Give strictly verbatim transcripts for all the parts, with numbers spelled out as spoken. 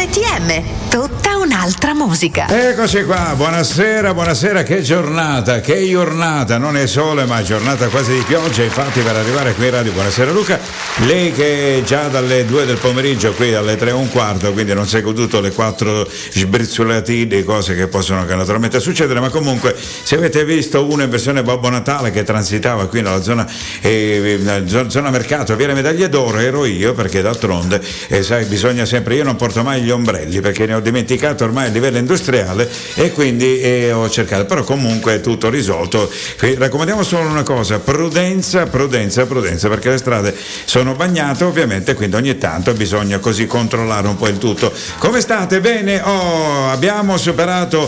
R T M, tutta un'altra musica. Eccoci qua, buonasera, buonasera, che giornata, che giornata, non è sole ma giornata quasi di pioggia, infatti per arrivare qui in radio, buonasera Luca, lei che già dalle due del pomeriggio, qui dalle tre e un quarto, quindi non si è goduto le quattro sbrizzolati, cose che possono che naturalmente succedere, ma comunque se avete visto uno in versione Babbo Natale che transitava qui nella zona, eh, zona mercato, Viale Medaglie d'Oro, ero io, perché d'altronde, eh, sai, bisogna sempre, io non porto mai gli ombrelli perché ne ho dimenticato ormai a livello industriale e quindi eh, ho cercato, però comunque è tutto risolto. Qui raccomandiamo solo una cosa: prudenza, prudenza, prudenza, perché le strade sono bagnate ovviamente, quindi ogni tanto bisogna così controllare un po' il tutto. Come state? Bene? Oh, abbiamo superato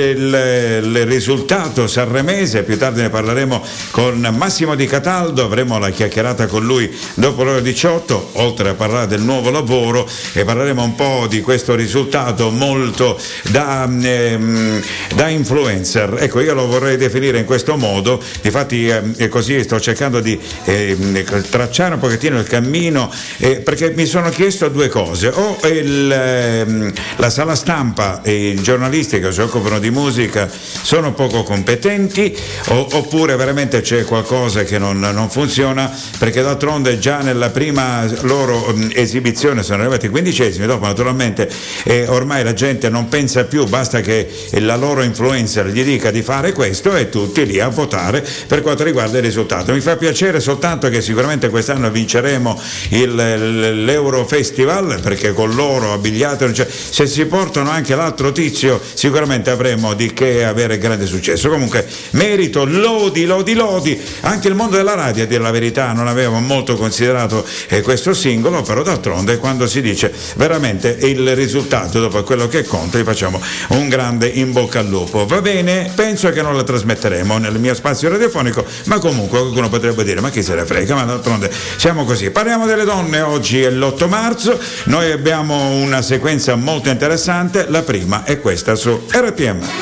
il, il risultato sanremese, più tardi ne parleremo con Massimo Di Cataldo, avremo la chiacchierata con lui dopo l'ora diciotto, oltre a parlare del nuovo lavoro, e parleremo un po' di questo risultato molto da, ehm, da influencer. Ecco, io lo vorrei definire in questo modo, difatti eh, così sto cercando di eh, tracciare un pochettino il cammino, eh, perché mi sono chiesto due cose: o il, ehm, la sala stampa e i giornalisti che si occupano di musica sono poco competenti, o, oppure veramente c'è qualcosa che non, non funziona, perché d'altronde già nella prima loro mh, esibizione sono arrivati i quindicesimi, dopo naturalmente eh, ormai la gente non pensa più, basta che la loro influencer gli dica di fare questo e tutti lì a votare per quanto riguarda il risultato. Mi fa piacere soltanto che sicuramente quest'anno vinceremo il, l'Euro Festival, perché con loro abbigliato, cioè, se si portano anche l'altro tizio sicuramente avremo di che avere grande successo. Comunque merito, lodi, lodi, lodi. Anche il mondo della radio, a dire la verità, non aveva molto considerato eh, questo singolo, però d'altronde quando si dice veramente il risultato dopo quello che conta, gli facciamo un grande in bocca al lupo. Va bene, penso che non la trasmetteremo nel mio spazio radiofonico, ma comunque qualcuno potrebbe dire: ma chi se ne frega, ma d'altronde siamo così. Parliamo delle donne, oggi è l'otto marzo, noi abbiamo una sequenza molto interessante, la prima è questa su R T M.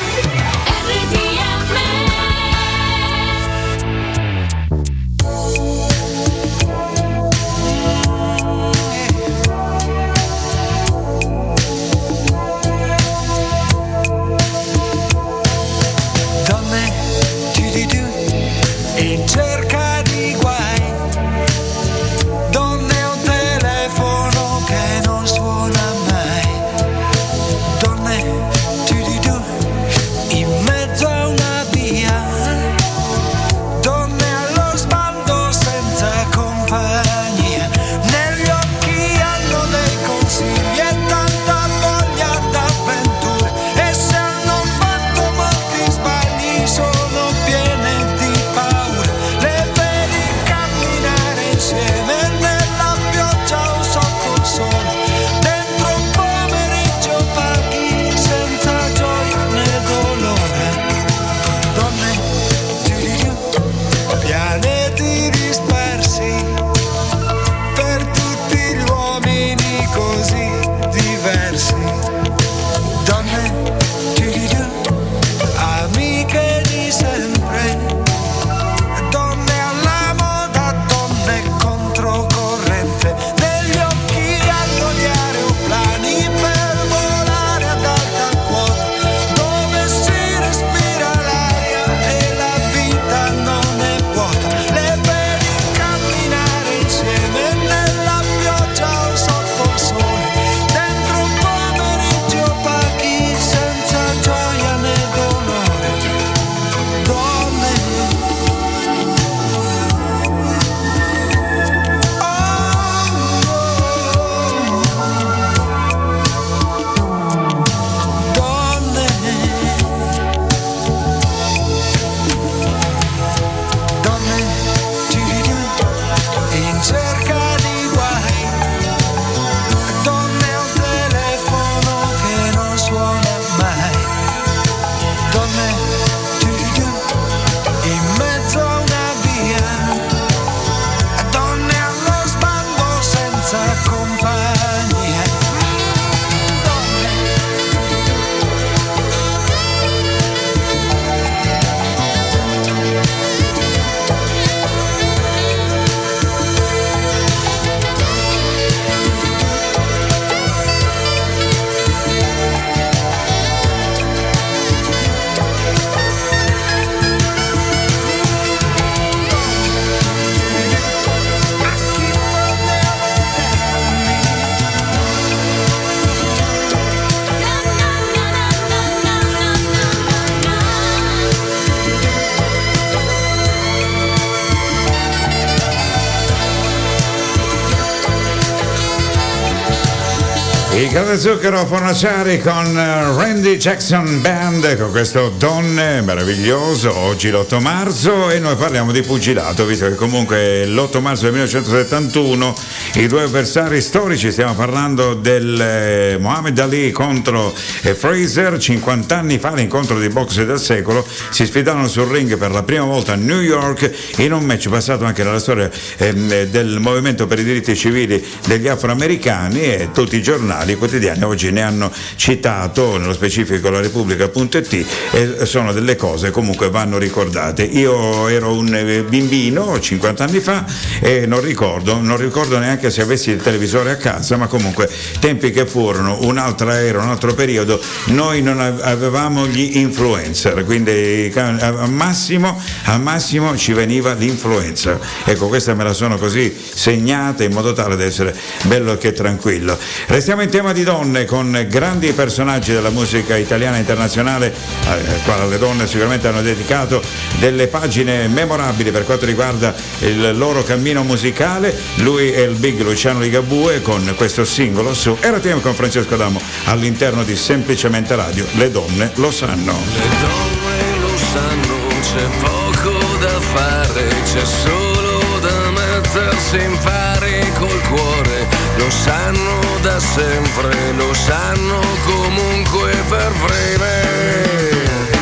I Caffè Zucchero Fornaciari con Randy Jackson Band, con questo Donne meraviglioso. Oggi l'otto marzo e noi parliamo di pugilato, visto che comunque l'otto marzo del millenovecentosettantuno i due avversari storici, stiamo parlando del eh, Muhammad Ali contro eh, Fraser. Cinquanta anni fa, l'incontro di boxe del secolo, si sfidarono sul ring per la prima volta a New York in un match passato anche nella storia eh, del movimento per i diritti civili degli afroamericani, e tutti i giornali, i quotidiani oggi ne hanno citato, nello specifico la Repubblica.it, e sono delle cose comunque vanno ricordate. Io ero un bimbino cinquanta anni fa e non ricordo, non ricordo neanche se avessi il televisore a casa, ma comunque tempi che furono, un'altra era, un altro periodo. Noi non avevamo gli influencer, quindi al massimo, al massimo ci veniva l'influencer. Ecco, questa me la sono così segnata in modo tale da essere bello che tranquillo. Restiamo in tema di donne con grandi personaggi della musica italiana e internazionale, ai quali le donne sicuramente hanno dedicato delle pagine memorabili per quanto riguarda il loro cammino musicale. Lui è il big Luciano Ligabue con questo singolo su R T M con Francesco Adamo all'interno di Semplicemente Radio. Le donne lo sanno. Le donne lo sanno, c'è poco da fare, c'è solo da mettersi in pari col cuore. Lo sanno da sempre, lo sanno comunque per breve.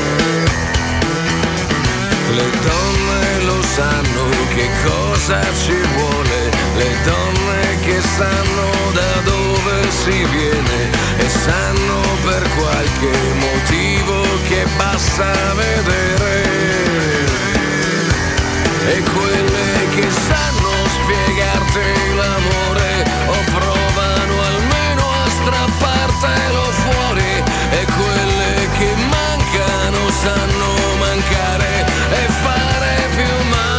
Le donne lo sanno che cosa ci vuole, le donne che sanno da dove si viene e sanno per qualche motivo che basta vedere. E quelle che sanno spiegarti l'amore o provano almeno a strappartelo fuori, e quelle che mancano sanno mancare e fare più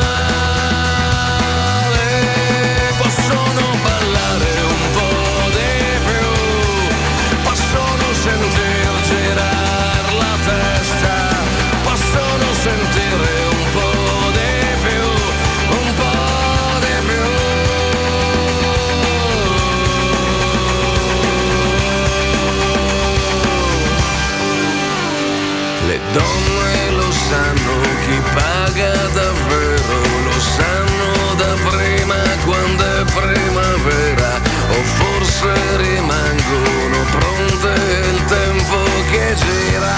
male. Possono ballare un po' di più, possono sentir girar la testa, possono sentire un po' di più, un po' di più. Le donne lo sanno, chi paga davvero, lo sanno da prima quando è primavera, o forse rimangono pronte il tempo che gira.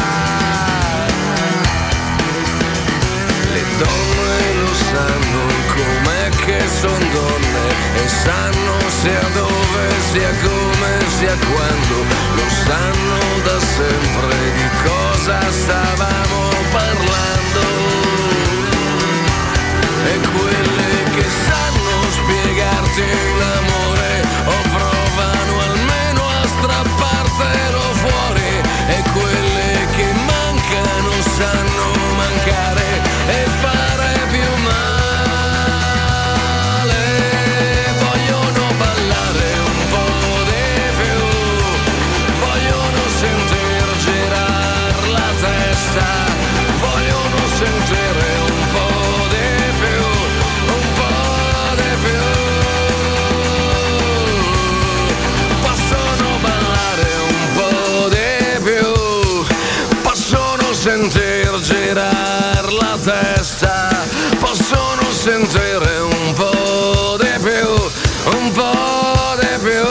Le donne lo sanno com'è che son donne e sanno sia dove, sia come, sia quando, lo sanno da sempre di cosa stavamo parlando. E quelle che sanno spiegarti l'amore o provano almeno a strappartelo fuori, e quelle che mancano sanno mancare e fare più male. Vogliono ballare un po' di più, vogliono sentir girar la testa, vogliono sentire un po' di più, un po' di più. Possono ballare un po' di più, possono sentir girar la testa, possono sentire un po' di più, un po' di più.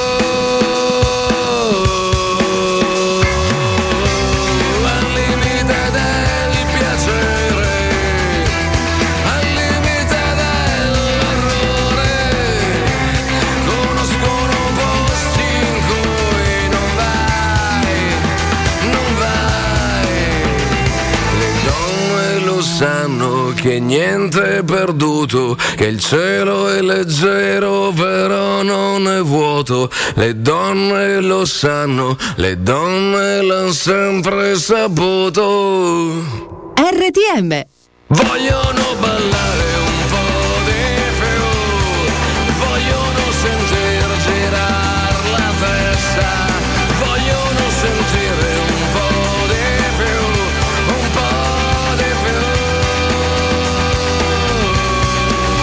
Al limite del piacere, al limite dell'errore, conoscono posti in cui non vai, non vai. Le donne lo sanno che niente è perduto, che il cielo è leggero però non è vuoto. Le donne lo sanno, le donne l'hanno sempre saputo. R T M. Vogliono ballare un po' di più, vogliono sentir girar la testa, vogliono sentire un po' di più, un po' di più.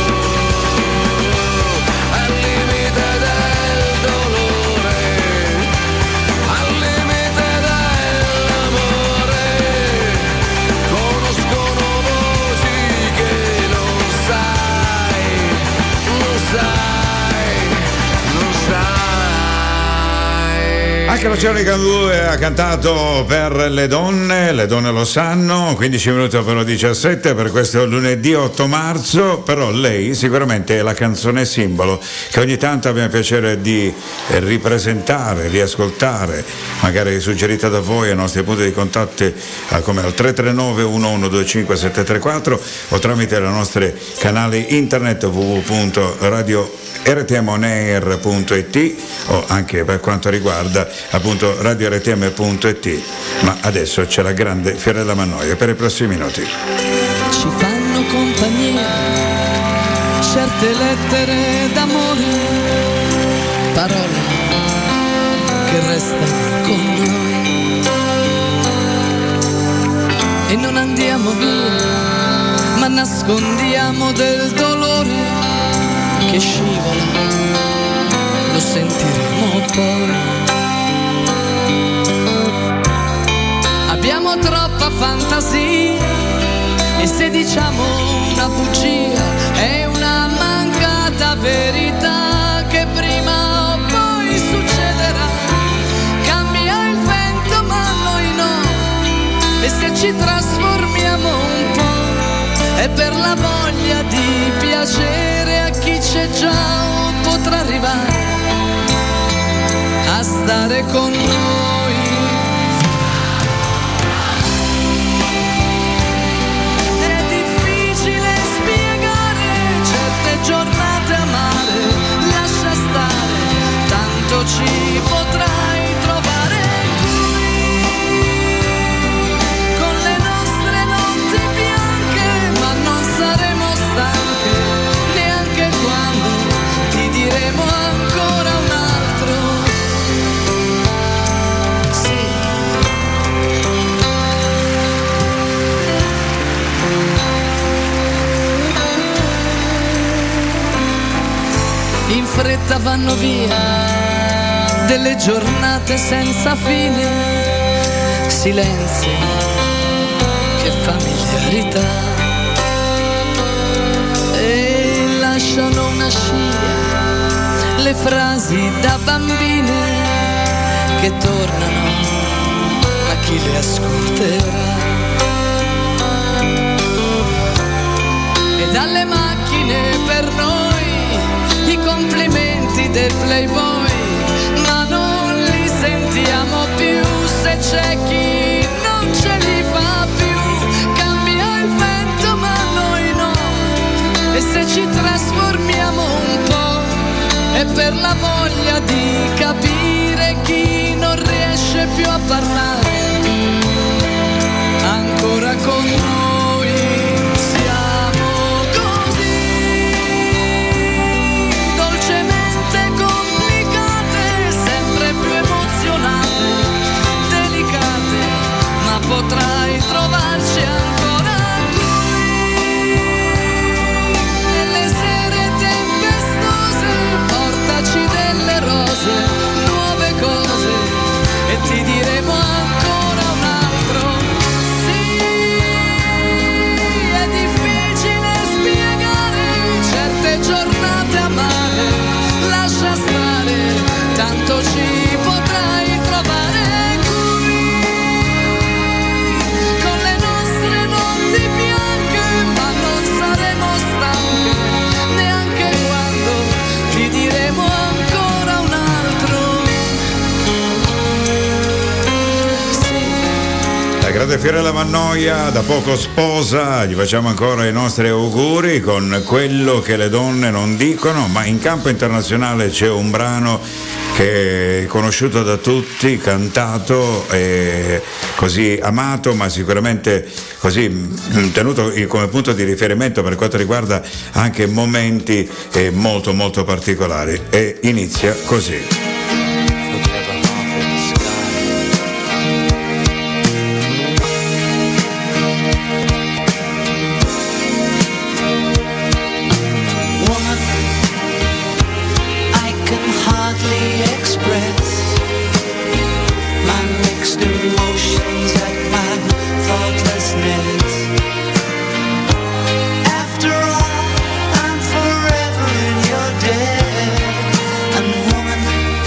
Al limite del dolore, Anche l'Oceano Candù ha cantato per le donne, le donne lo sanno, quindici minuti per le diciassette per questo lunedì otto marzo, però lei sicuramente è la canzone simbolo che ogni tanto abbiamo piacere di ripresentare, riascoltare, magari suggerita da voi ai nostri punti di contatto come al tre tre nove uno uno due cinque sette tre quattro o tramite i nostri canali internet w w w punto radio r t m on air punto i t o anche per quanto riguarda appunto radio r t m punto i t. Ma adesso c'è la grande Fiorella Mannoia per i prossimi minuti. Ci fanno compagnia certe lettere d'amore, parole che restano con noi e non andiamo via, ma nascondiamo del dolore che scivola, lo sentiremo poi. Abbiamo troppa fantasia e se diciamo una bugia è una mancata verità che prima o poi succederà. Cambia il vento ma noi no, e se ci trasformiamo un po' è per la voglia di piacere a chi c'è già o potrà arrivare a stare con noi. È difficile spiegare certe giornate amare, lascia stare, tanto ci potrai trovare qui con le nostre notti bianche, ma non saremo stanche neanche quando ti diremo ancora un altro sì. In fretta vanno via delle giornate senza fine, silenzi, che familiarità, e lasciano una scia le frasi da bambine che tornano a chi le ascolterà. E dalle macchine per noi i complimenti del playboy, ma non li sentiamo più se c'è chi non ce li fa più. Cambia il vento ma noi no, e se ci trasformiamo un po' è per la voglia di capire chi non riesce più a parlare ancora con noi. Potrai trovarci ancora qui nelle sere tempestose, portaci delle rose, nuove cose e ti diremo ancora un altro sì. È difficile spiegare certe giornate amare, lascia stare, tanto ci potrai trovare grande Fiorella Mannoia, da poco sposa, gli facciamo ancora i nostri auguri con quello che le donne non dicono, ma in campo internazionale c'è un brano che è conosciuto da tutti, cantato e così amato, ma sicuramente così tenuto come punto di riferimento per quanto riguarda anche momenti eh, molto molto particolari, e inizia così. After all, I'm forever in your debt. And woman,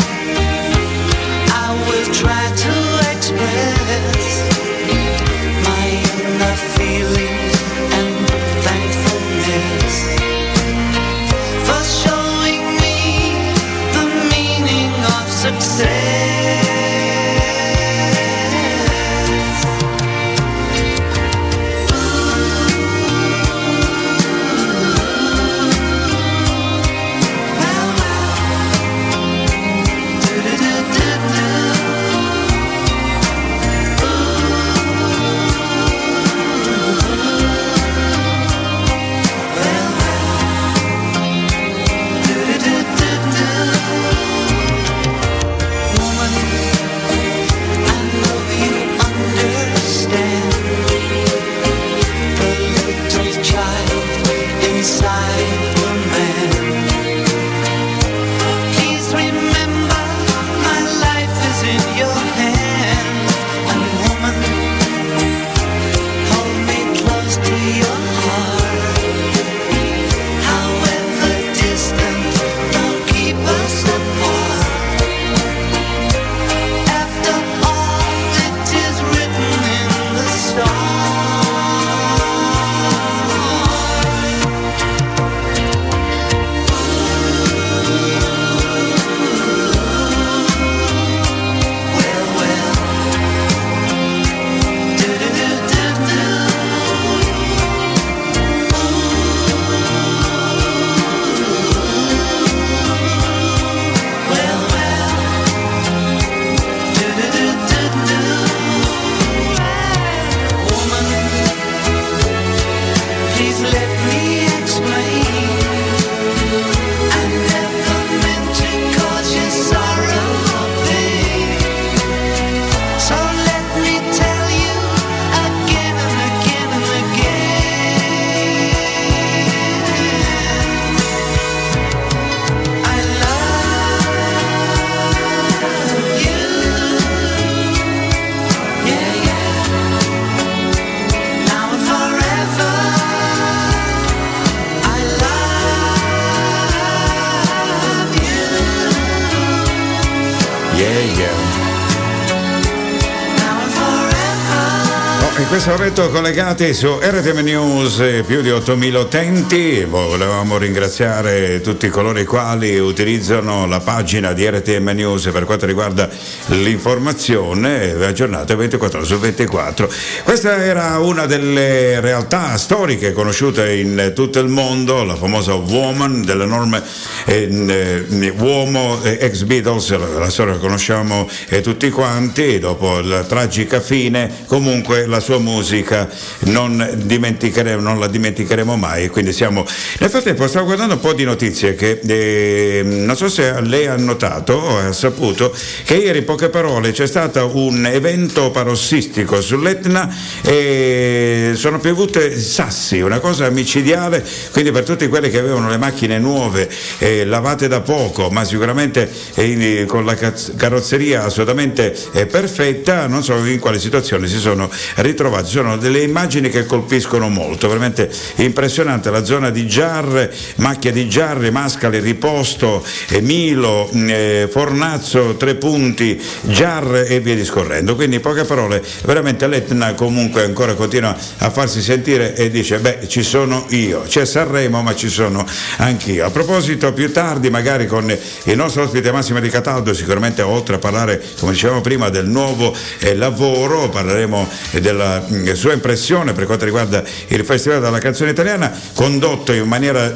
Hey. In questo momento collegati su R T M News, più di ottomila utenti. Volevamo ringraziare tutti coloro i quali utilizzano la pagina di R T M News per quanto riguarda l'informazione, aggiornata ventiquattro ore su ventiquattro. Questa era una delle realtà storiche conosciute in tutto il mondo, la famosa Woman, dell'enorme eh, eh, uomo eh, ex Beatles, la, la storia la conosciamo eh, tutti quanti. Dopo la tragica fine, comunque la sua musica non dimenticheremo, non la dimenticheremo mai. Quindi siamo, nel frattempo stavo guardando un po' di notizie che eh, non so se lei ha notato o ha saputo che ieri, in poche parole, c'è stato un evento parossistico sull'Etna e sono piovute sassi, una cosa micidiale. Quindi per tutti quelli che avevano le macchine nuove eh, lavate da poco, ma sicuramente eh, con la carrozzeria assolutamente eh, perfetta, non so in quale situazione si sono ritrovati. Sono delle immagini che colpiscono molto, veramente impressionante. La zona di Giarre, macchia di Giarre, Mascali, Riposto, eh, Milo, eh, Fornazzo, Tre Punti, Giarre e via discorrendo. Quindi in poche parole, veramente l'Etna comunque ancora continua a farsi sentire e dice: beh, ci sono io, c'è Sanremo ma ci sono anch'io. A proposito, più tardi magari con il nostro ospite Massimo Di Cataldo, sicuramente oltre a parlare, come dicevamo prima, del nuovo eh, lavoro, parleremo eh, della sua impressione per quanto riguarda il Festival della Canzone Italiana, condotto in maniera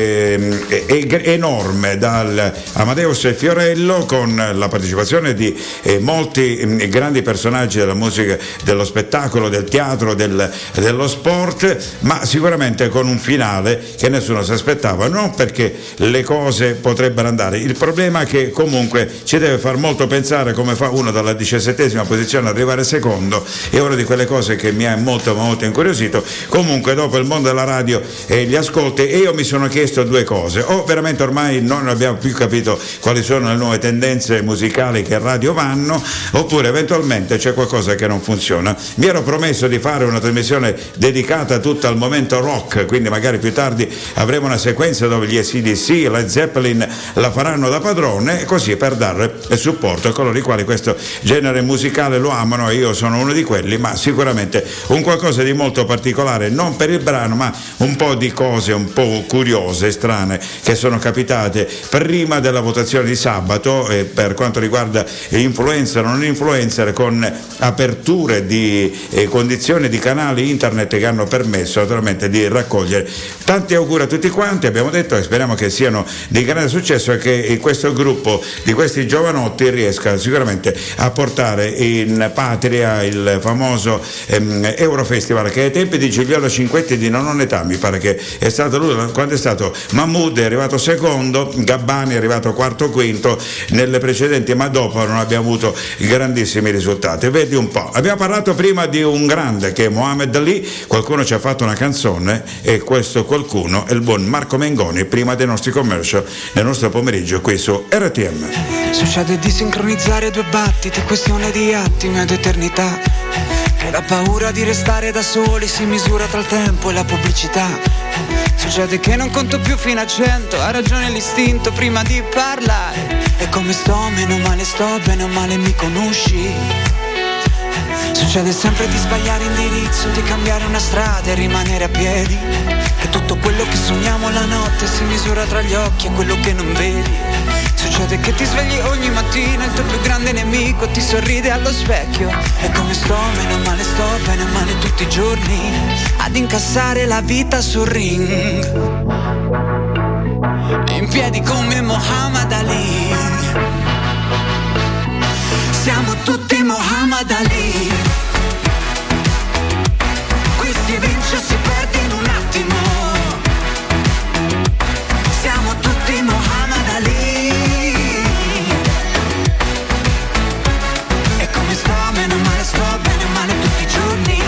eh, eh, enorme dal Amadeus Fiorello, con la partecipazione di eh, molti eh, grandi personaggi della musica, dello spettacolo, del teatro, del, dello sport, ma sicuramente con un finale che nessuno si aspettava, non perché le cose potrebbero andare, il problema è che comunque ci deve far molto pensare come fa uno dalla diciassettesima posizione ad arrivare secondo. È una di quelle cose che mi ha molto molto incuriosito. Comunque, dopo il mondo della radio e gli ascolti, e io mi sono chiesto due cose: o veramente ormai non abbiamo più capito quali sono le nuove tendenze musicali che a radio vanno, oppure eventualmente c'è qualcosa che non funziona. Mi ero promesso di fare una trasmissione dedicata tutta al momento rock, quindi magari più tardi avremo una sequenza dove gli A C D C, Led Zeppelin la faranno da padrone, così per dare supporto a coloro i quali questo genere musicale lo amano, e io sono uno di quelli. Ma sicuramente un qualcosa di molto particolare, non per il brano, ma un po' di cose un po' curiose, strane, che sono capitate prima della votazione di sabato eh, per quanto riguarda influencer o non influencer, con aperture di eh, condizioni di canali internet che hanno permesso naturalmente di raccogliere. Tanti auguri a tutti quanti, abbiamo detto, e speriamo che siano di grande successo e che questo gruppo di questi giovanotti riesca sicuramente a portare in patria il famoso ehm, Eurofestival, che ai tempi di Giuliano Cinquetti di non età mi pare che è stato lui, quando è stato Mahmood è arrivato secondo, Gabbani è arrivato quarto o quinto nelle precedenti, ma dopo non abbiamo avuto grandissimi risultati. Vedi un po', abbiamo parlato prima di un grande che è Muhammad Ali, qualcuno ci ha fatto una canzone e questo qualcuno è il buon Marco Mengoni, prima dei nostri commercial nel nostro pomeriggio qui su R T M. Succede di sincronizzare due battiti, questione di attimi ad eternità, che la paura di restare da soli si misura tra il tempo e la pubblicità. Succede che non conto più fino a cento, ha ragione l'istinto prima di parlare. E come sto, meno male sto, bene o male mi conosci. Succede sempre di sbagliare indirizzo, di cambiare una strada e rimanere a piedi, che tutto quello che sogniamo la notte si misura tra gli occhi e quello che non vedi. Succede che ti svegli ogni mattina, il tuo più grande nemico ti sorride allo specchio. E come sto, meno male sto, bene o male tutti i giorni, ad incassare la vita sul ring, in piedi come Muhammad Ali. Siamo tutti Muhammad Ali. Qui si vince o si perde in un attimo. Siamo tutti Muhammad Ali. E come sto, meno male sto, bene o male tutti i giorni.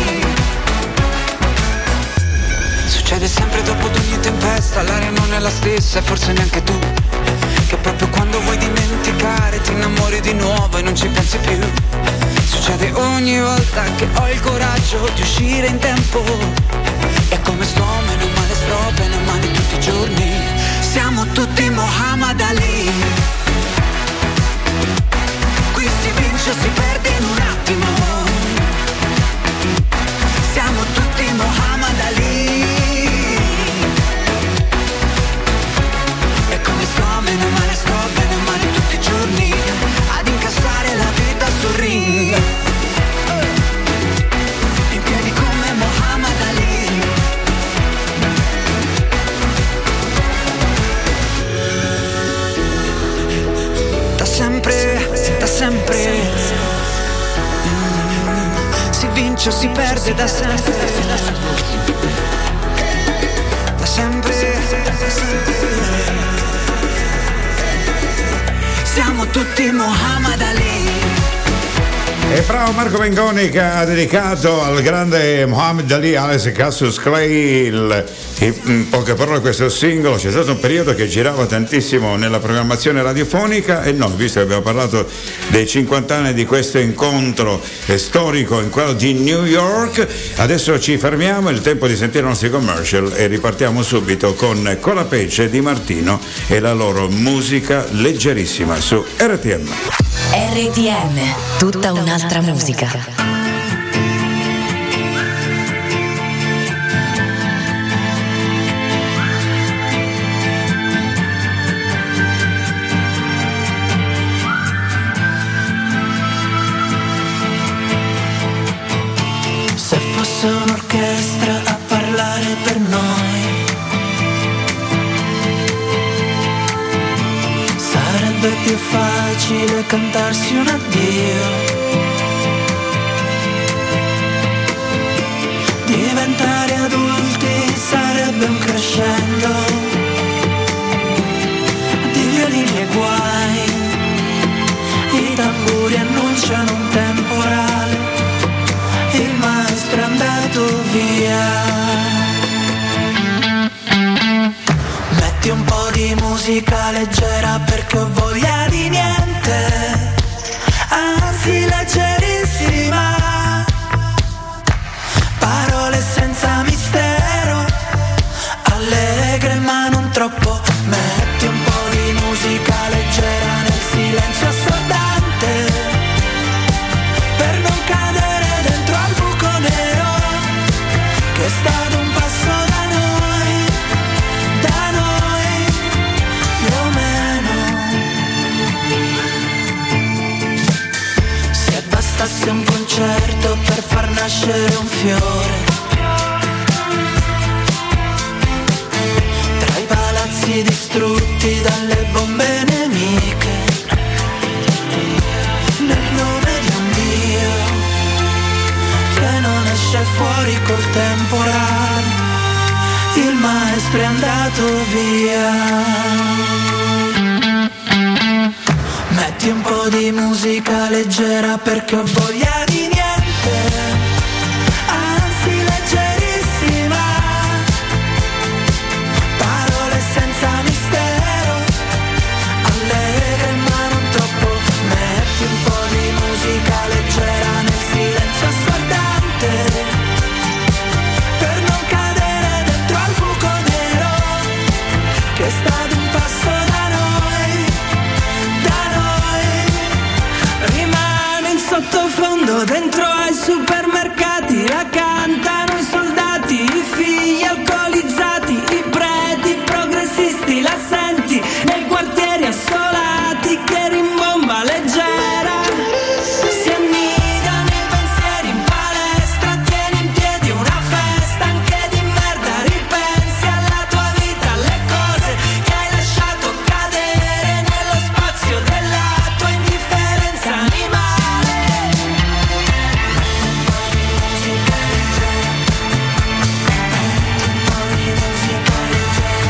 Succede sempre dopo ad ogni tempesta, l'aria non è la stessa e forse neanche tu, che proprio quando vuoi dimenticare ti innamori di nuovo e non ci pensi più. Succede ogni volta che ho il coraggio di uscire in tempo. E come sto, meno male sto, bene o male tutti i giorni. Siamo tutti Muhammad Ali. Qui vince o si perde in un attimo. Siamo tutti Muhammad Ali. E come sto bene o male, sto bene o male tutti i giorni ad incassare la vita sul ring. In piedi come Muhammad Ali. Da sempre, da sempre mm, si vince o si perde da sempre. Da sempre, da sempre. Siamo tutti Muhammad Ali. E bravo Marco Mengoni che ha dedicato al grande Muhammad Ali, Alex Cassius Clay, il, in poche parole questo singolo. C'è stato un periodo che girava tantissimo nella programmazione radiofonica e noi, visto che abbiamo parlato dei cinquanta anni di questo incontro storico in quello di New York, adesso ci fermiamo, è il tempo di sentire i nostri commercial e ripartiamo subito con Colapece Di Martino e la loro musica leggerissima su R T M. R T M, tutta un'altra musica. Se fosse un'orchestra a parlare per noi, sarebbe più facile cantarsi un addio. Diventare adulti sarebbe un crescendo di violini e guai. I tamburi annunciano un temporale, il maestro è andato via. Metti un po' di musica leggera perché ho voglia di niente, anzi leggerissima. Parole senza mistero, allegre ma non troppo. Metti un po' di musica leggera nel silenzio assordante, per non cadere dentro al buco nero che è stato un passo da noi, da noi, più o meno. Se bastasse un concerto per far nascere un fiore, tra i palazzi distrutti dalle bombe nemiche, nel nome di un Dio che non esce fuori col temporale, il maestro è andato via. Metti un po' di musica leggera perché ho voglia di niente, anzi leggerissima. Parole senza mistero, allegre ma non troppo. Metti un po' di musica leggera nel silenzio assordante, per non cadere dentro al buco nero che è stato un passo da noi, da noi. Rimane in sottofondo dentro ai supermercati, la cantano i soldati, i figli alcolizzati, i preti progressisti, la senti nei quartieri assolati che rimbomba leggera. Si annidano i pensieri in palestra, tieni in piedi una festa anche di merda, ripensi alla tua vita, alle cose che hai lasciato cadere nello spazio della tua indifferenza animale. Un po' di musica leggera, un po' di musica leggera,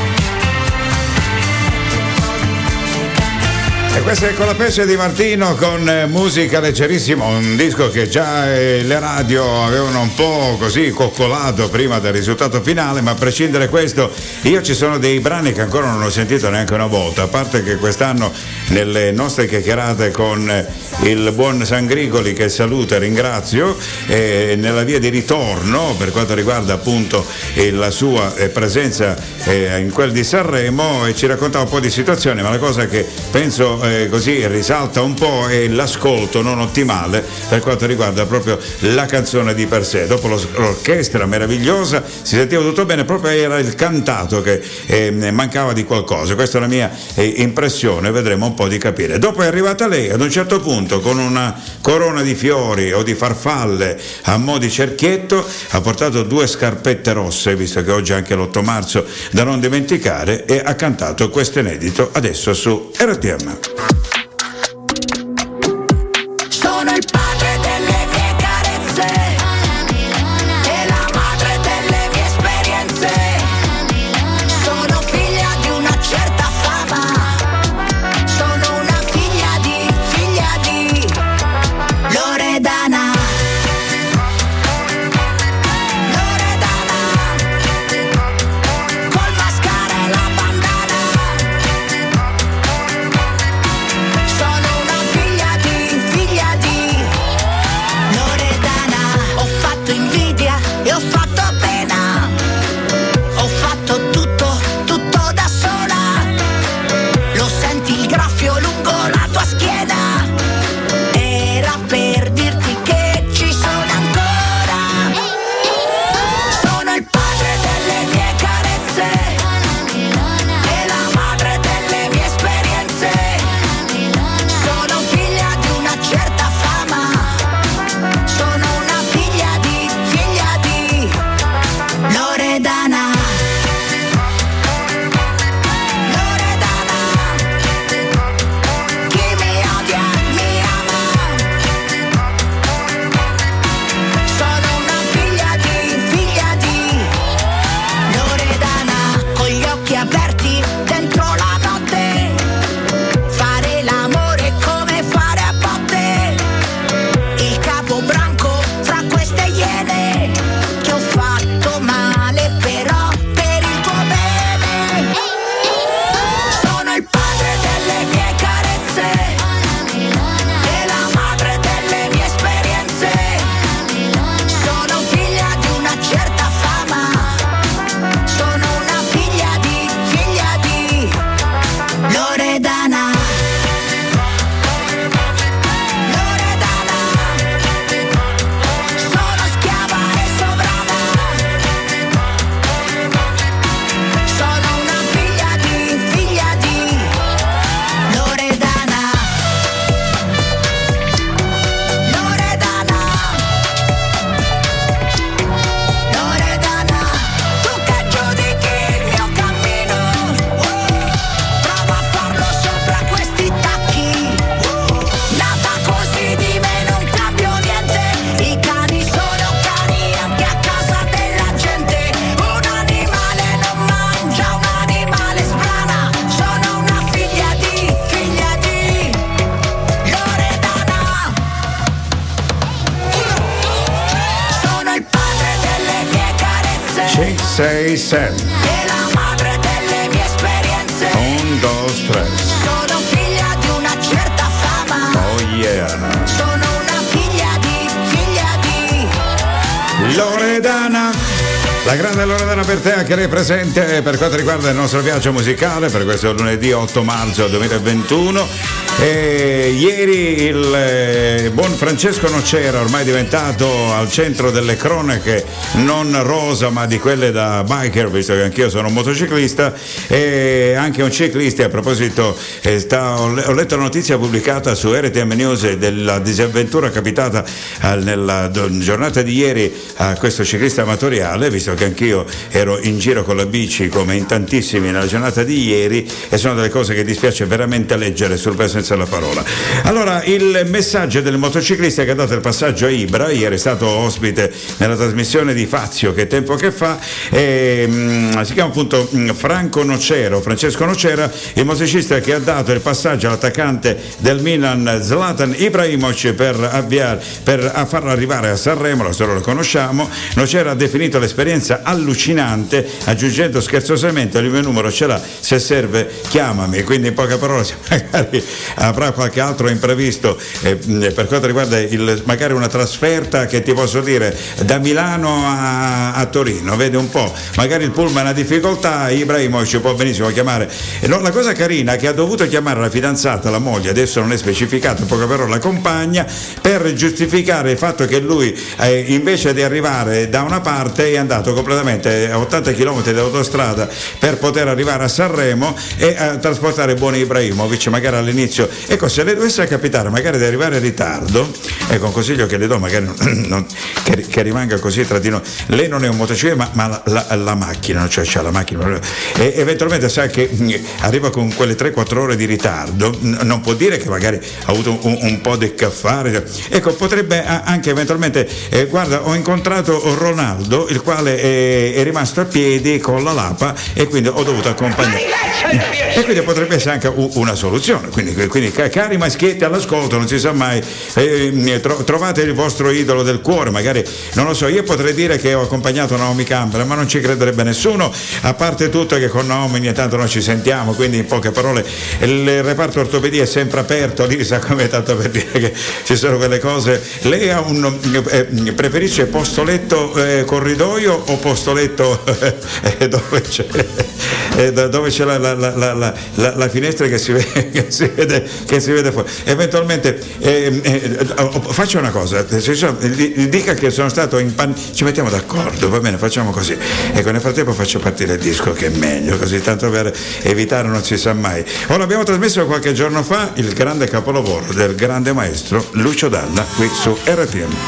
un po' di musica. E questa è Colapece Di Martino con eh, musica leggerissima, un disco che già eh, le radio avevano un po' così coccolato prima del risultato finale, ma a prescindere da questo io ci sono dei brani che ancora non ho sentito neanche una volta, a parte che quest'anno nelle nostre chiacchierate con eh, il buon Sangrigoli, che saluto e ringrazio, eh, nella via di ritorno per quanto riguarda appunto eh, la sua eh, presenza eh, in quel di Sanremo, e ci raccontava un po' di situazioni, ma la cosa che penso eh, eh, così risalta un po' è l'ascolto non ottimale per quanto riguarda proprio la canzone di per sé. Dopo lo, l'orchestra meravigliosa si sentiva tutto bene, proprio era il cantato che eh, mancava di qualcosa. Questa è la mia eh, impressione, vedremo un po' di capire. Dopo è arrivata lei ad un certo punto con una corona di fiori o di farfalle a mo' di cerchietto, ha portato due scarpette rosse, visto che oggi è anche l'otto marzo da non dimenticare, e ha cantato questo inedito adesso su R T M. Sono il padre delle mie carezze e la madre delle mie esperienze. Sono figlia di una certa fama. Sono una figlia di, figlia di Loredana. Loredana, col mascara e la bandana. Sono una figlia di, figlia di Loredana. Ho fatto invidia e ho fatto pena. Ho fatto tutto, tutto da sola. Lo senti il graffio lungo la tua schiena? Era per dirti che ci sono ancora. Sono il padre delle mie carezze e la madre delle mie esperienze. Sono figlia di una certa fama. Sono una figlia di, figlia di Loredana. Loredana, chi mi odia mi ama. Sono una figlia di, figlia di Loredana. Con gli occhi aperti dentro la notte, fare l'amore come fare a botte. Il capo branco fra queste iene, che ho fatto male però per il tuo bene. Sono il padre delle mie carezze e la madre delle mie esperienze. Sono figlia di una certa fama. Sono una figlia di, figlia di Loredana. Loredana, sono schiava e sovrana. Sono una figlia di, figlia di Loredana. Loredana, Loredana, tu che giudichi il mio cammino, uh, prova a farlo sopra questi tacchi. uh, Nata così di me non cambio niente. I cani sono cani anche a casa della gente. Un animale non mangia un animale sbrana. Sono una figlia di, figlia di Loredana. Sono il padre delle mie carezze cinque, sei, sette, e la madre delle mie esperienze. un, due, tre. Sono figlia di una certa fama. Oh yeah. Sono una figlia di, figlia di Loredana. La grande Loredana per te, anche lei presente per quanto riguarda il nostro viaggio musicale per questo lunedì otto marzo duemilaventuno. E ieri il eh, buon Francesco Nocera, ormai diventato al centro delle cronache non rosa ma di quelle da biker, visto che anch'io sono un motociclista e anche un ciclista. A proposito, eh, sta, ho letto la notizia pubblicata su R T M News della disavventura capitata eh, nella do, giornata di ieri a questo ciclista amatoriale, visto che anch'io ero in giro con la bici come in tantissimi nella giornata di ieri, e sono delle cose che dispiace veramente leggere sul vero senso della parola. Allora, il messaggio del motociclista che ha dato il passaggio a Ibra, ieri è stato ospite nella trasmissione di Fazio che tempo che fa, e, mh, si chiama appunto mh, Franco Nocero, Francesco Nocera, il motociclista che ha dato il passaggio all'attaccante del Milan Zlatan Ibrahimovic per avviare, per a farlo arrivare a Sanremo. La storia lo conosciamo. Nocera ha definito l'esperienza un'esperienza allucinante, aggiungendo scherzosamente il mio numero ce l'ha, se serve chiamami. Quindi in poche parole, se magari avrà qualche altro imprevisto eh, per quanto riguarda il, magari una trasferta, che ti posso dire, da Milano a, a Torino, vede un po', magari il pullman ha difficoltà, Ibrahimovic ci può benissimo chiamare. E no, la cosa carina è che ha dovuto chiamare la fidanzata, la moglie, adesso non è specificato, in poche parole la compagna, per giustificare il fatto che lui eh, invece di arrivare da una parte è andato completamente a ottanta chilometri dell'autostrada per poter arrivare a Sanremo e a trasportare buoni Ibrahimovic magari all'inizio. Ecco, se le dovesse capitare magari di arrivare in ritardo, ecco un consiglio che le do, magari non, non, che, che rimanga così tra di noi, lei non è un motociclista ma, ma la, la, la macchina, cioè c'ha la macchina e eventualmente sa che mh, arriva con quelle tre quattro ore di ritardo, n- non può dire che magari ha avuto un, un po' di caffare, ecco, potrebbe anche eventualmente eh, guarda, ho incontrato Ronaldo, il quale è, è rimasto a piedi con la lapa e quindi ho dovuto accompagnare, e quindi potrebbe essere anche una soluzione. Quindi, quindi cari maschietti all'ascolto, non si sa mai, eh, tro- trovate il vostro idolo del cuore, magari non lo so, io potrei dire che ho accompagnato Naomi Campbell, ma non ci crederebbe nessuno, a parte tutto che con Naomi ogni tanto noi ci sentiamo, quindi in poche parole il reparto ortopedia è sempre aperto, lì sa come, tanto per dire che ci sono quelle cose. Lei ha un eh, preferisce posto letto eh, corridoio o posto letto eh, dove c'è eh, dove c'è la, la, la, la, la, la finestra che si vede che si vede, che si vede fuori eventualmente eh, eh, faccio una cosa, dica che sono stato in pan... ci mettiamo d'accordo, va bene, facciamo così, ecco, nel frattempo faccio partire il disco che è meglio così, tanto per evitare, non si sa mai. Ora abbiamo trasmesso qualche giorno fa il grande capolavoro del grande maestro Lucio Dalla qui su R T M.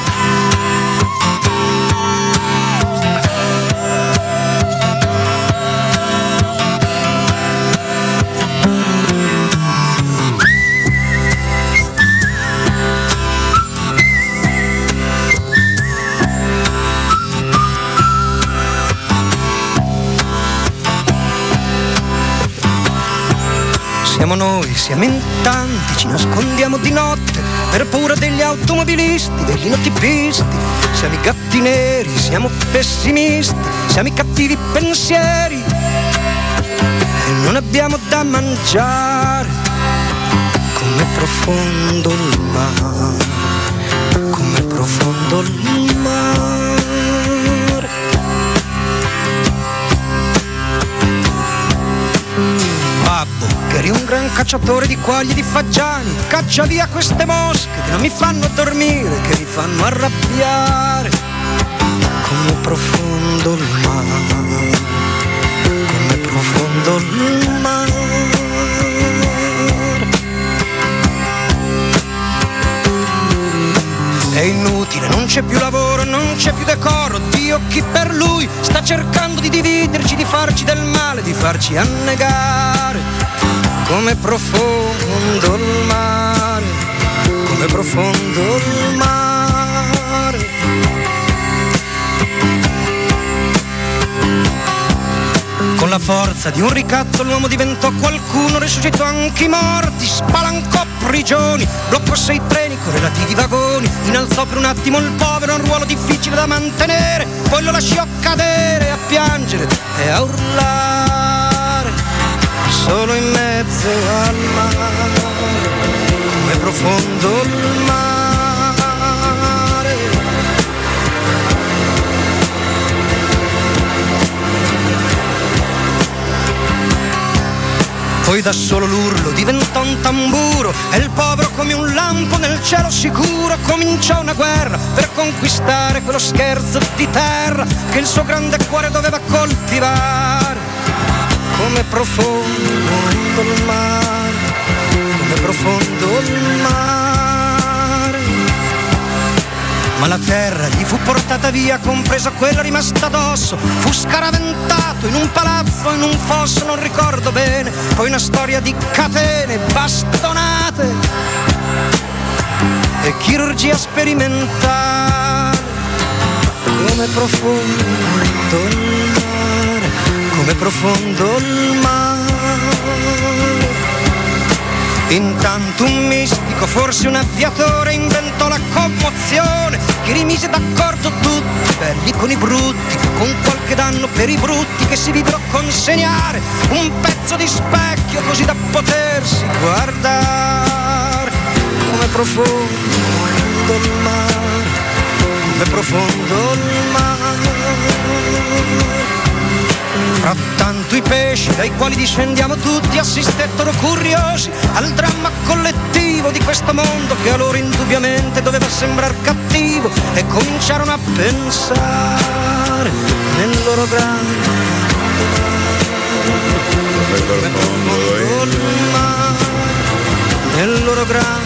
Siamo noi, siamo in tanti, ci nascondiamo di notte per paura degli automobilisti, degli notipisti. Siamo i gatti neri, siamo pessimisti, siamo i cattivi pensieri e non abbiamo da mangiare. Com'è profondo il mare, com'è profondo il mare. Che eri un gran cacciatore di quaglie e di fagiani, caccia via queste mosche che non mi fanno dormire, che mi fanno arrabbiare. Com'è profondo il mare, com'è profondo il mare. È inutile, non c'è più lavoro, non c'è più decoro. Dio, chi per lui sta cercando di dividerci, di farci del male, di farci annegare. Com'è profondo il mare, com'è profondo il mare. Con la forza di un ricatto l'uomo diventò qualcuno, risuscitò anche i morti, spalancò prigioni, bloccò sei treni con relativi vagoni, innalzò per un attimo il povero a un ruolo difficile da mantenere, poi lo lasciò cadere a piangere e a urlare, solo in mezzo al mare, com'è profondo il mare. Poi da solo l'urlo diventò un tamburo e il povero come un lampo nel cielo sicuro cominciò una guerra per conquistare quello scherzo di terra che il suo grande cuore doveva coltivare. Com'è profondo il mare, com'è profondo il mare. Ma la terra gli fu portata via, compresa quella rimasta addosso. Fu scaraventato in un palazzo, in un fosso, non ricordo bene. Poi una storia di catene, bastonate e chirurgia sperimentale. Come profondo il mare, come profondo il mare. Intanto un mistico, forse un aviatore, inventò la commozione che rimise d'accordo tutti belli con i brutti, con qualche danno per i brutti che si videro consegnare un pezzo di specchio così da potersi guardare. Come profondo il mare, come profondo il mare. Frattanto i pesci dai quali discendiamo tutti assistettero curiosi al dramma collettivo di questo mondo che a loro indubbiamente doveva sembrar cattivo, e cominciarono a pensare nel loro grande mare, nel loro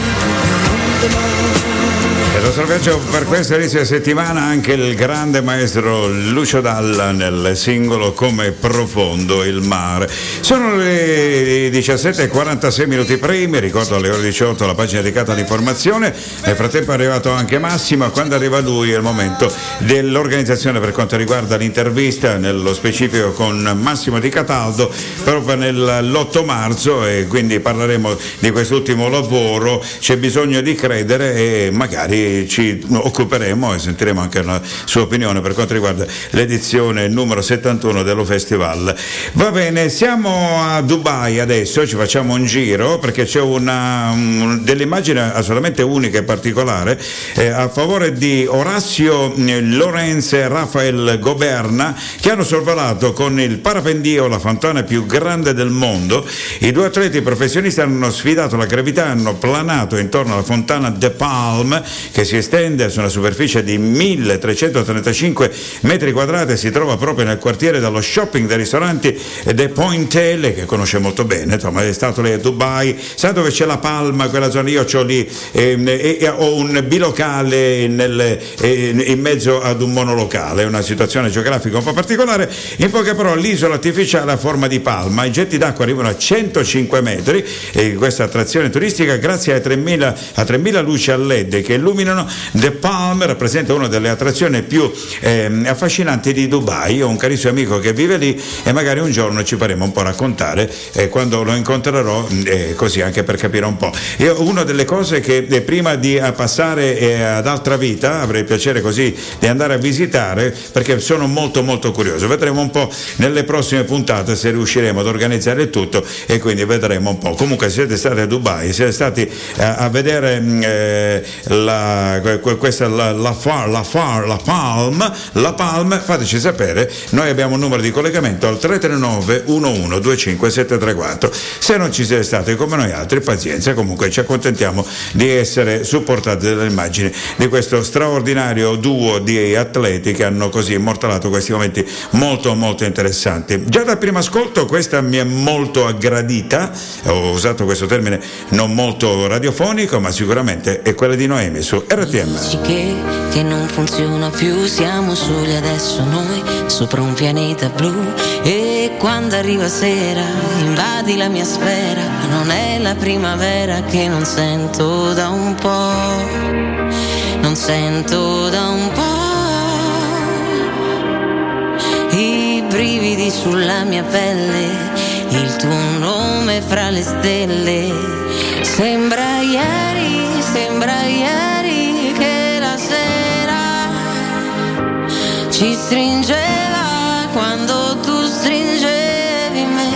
grande mare. E lo salveggio per questa inizio di settimana anche il grande maestro Lucio Dalla nel singolo Come profondo il mare. Sono le diciassette e quarantasei minuti primi, ricordo alle ore diciotto la pagina dedicata all'informazione. Nel frattempo è arrivato anche Massimo, quando arriva lui è il momento dell'organizzazione per quanto riguarda l'intervista, nello specifico con Massimo Di Cataldo, proprio nell'otto marzo, e quindi parleremo di quest'ultimo lavoro. C'è bisogno di credere e magari ci occuperemo e sentiremo anche la sua opinione per quanto riguarda l'edizione numero settantuno dello festival. Va bene, siamo a Dubai adesso, ci facciamo un giro perché c'è una un, delle immagini assolutamente unica e particolare eh, a favore di Orazio Lorenz e Rafael Goberna, che hanno sorvolato con il parapendio la fontana più grande del mondo. I due atleti professionisti hanno sfidato la gravità, hanno planato intorno alla fontana The Palm, che si estende su una superficie di milletrecentotrentacinque metri quadrati e si trova proprio nel quartiere dello shopping dei ristoranti The Pointel, che conosce molto bene, insomma è stato lì a Dubai, sa dove c'è la Palma, quella zona. Io c'ho lì eh, eh, ho un bilocale nel, eh, in mezzo ad un monolocale, una situazione geografica un po' particolare. In poche parole, l'isola artificiale a forma di palma, i getti d'acqua arrivano a centocinque metri, e questa attrazione turistica, grazie a tremila, a tremila luci a led che illuminano The Palm, rappresenta una delle attrazioni più eh, affascinanti di Dubai. Io ho un carissimo amico che vive lì e magari un giorno ci faremo un po' raccontare eh, quando lo incontrerò, eh, così anche per capire un po'. Io, una delle cose che eh, prima di eh, passare eh, ad altra vita avrei piacere così di andare a visitare, perché sono molto molto curioso. Vedremo un po' nelle prossime puntate se riusciremo ad organizzare il tutto, e quindi vedremo un po'. Comunque siete stati a Dubai, siete stati eh, a vedere eh, la questa la, la, far, la, far, la Palm, la Palm, fateci sapere. Noi abbiamo un numero di collegamento al tre tre nove uno uno due cinque sette tre quattro. Se non ci siete stati come noi altri, pazienza, comunque ci accontentiamo di essere supportati dalle immagini di questo straordinario duo di atleti che hanno così immortalato questi momenti molto molto interessanti. Già dal primo ascolto questa mi è molto aggradita, ho usato questo termine non molto radiofonico, ma sicuramente è quella di Noemi su R T M. Dici che, che non funziona più, siamo soli adesso noi sopra un pianeta blu, e quando arriva sera invadi la mia sfera, non è la primavera che non sento da un po', non sento da un po', i brividi sulla mia pelle, il tuo nome fra le stelle, sembra ieri, sembra ieri che la sera ci stringeva quando tu stringevi me.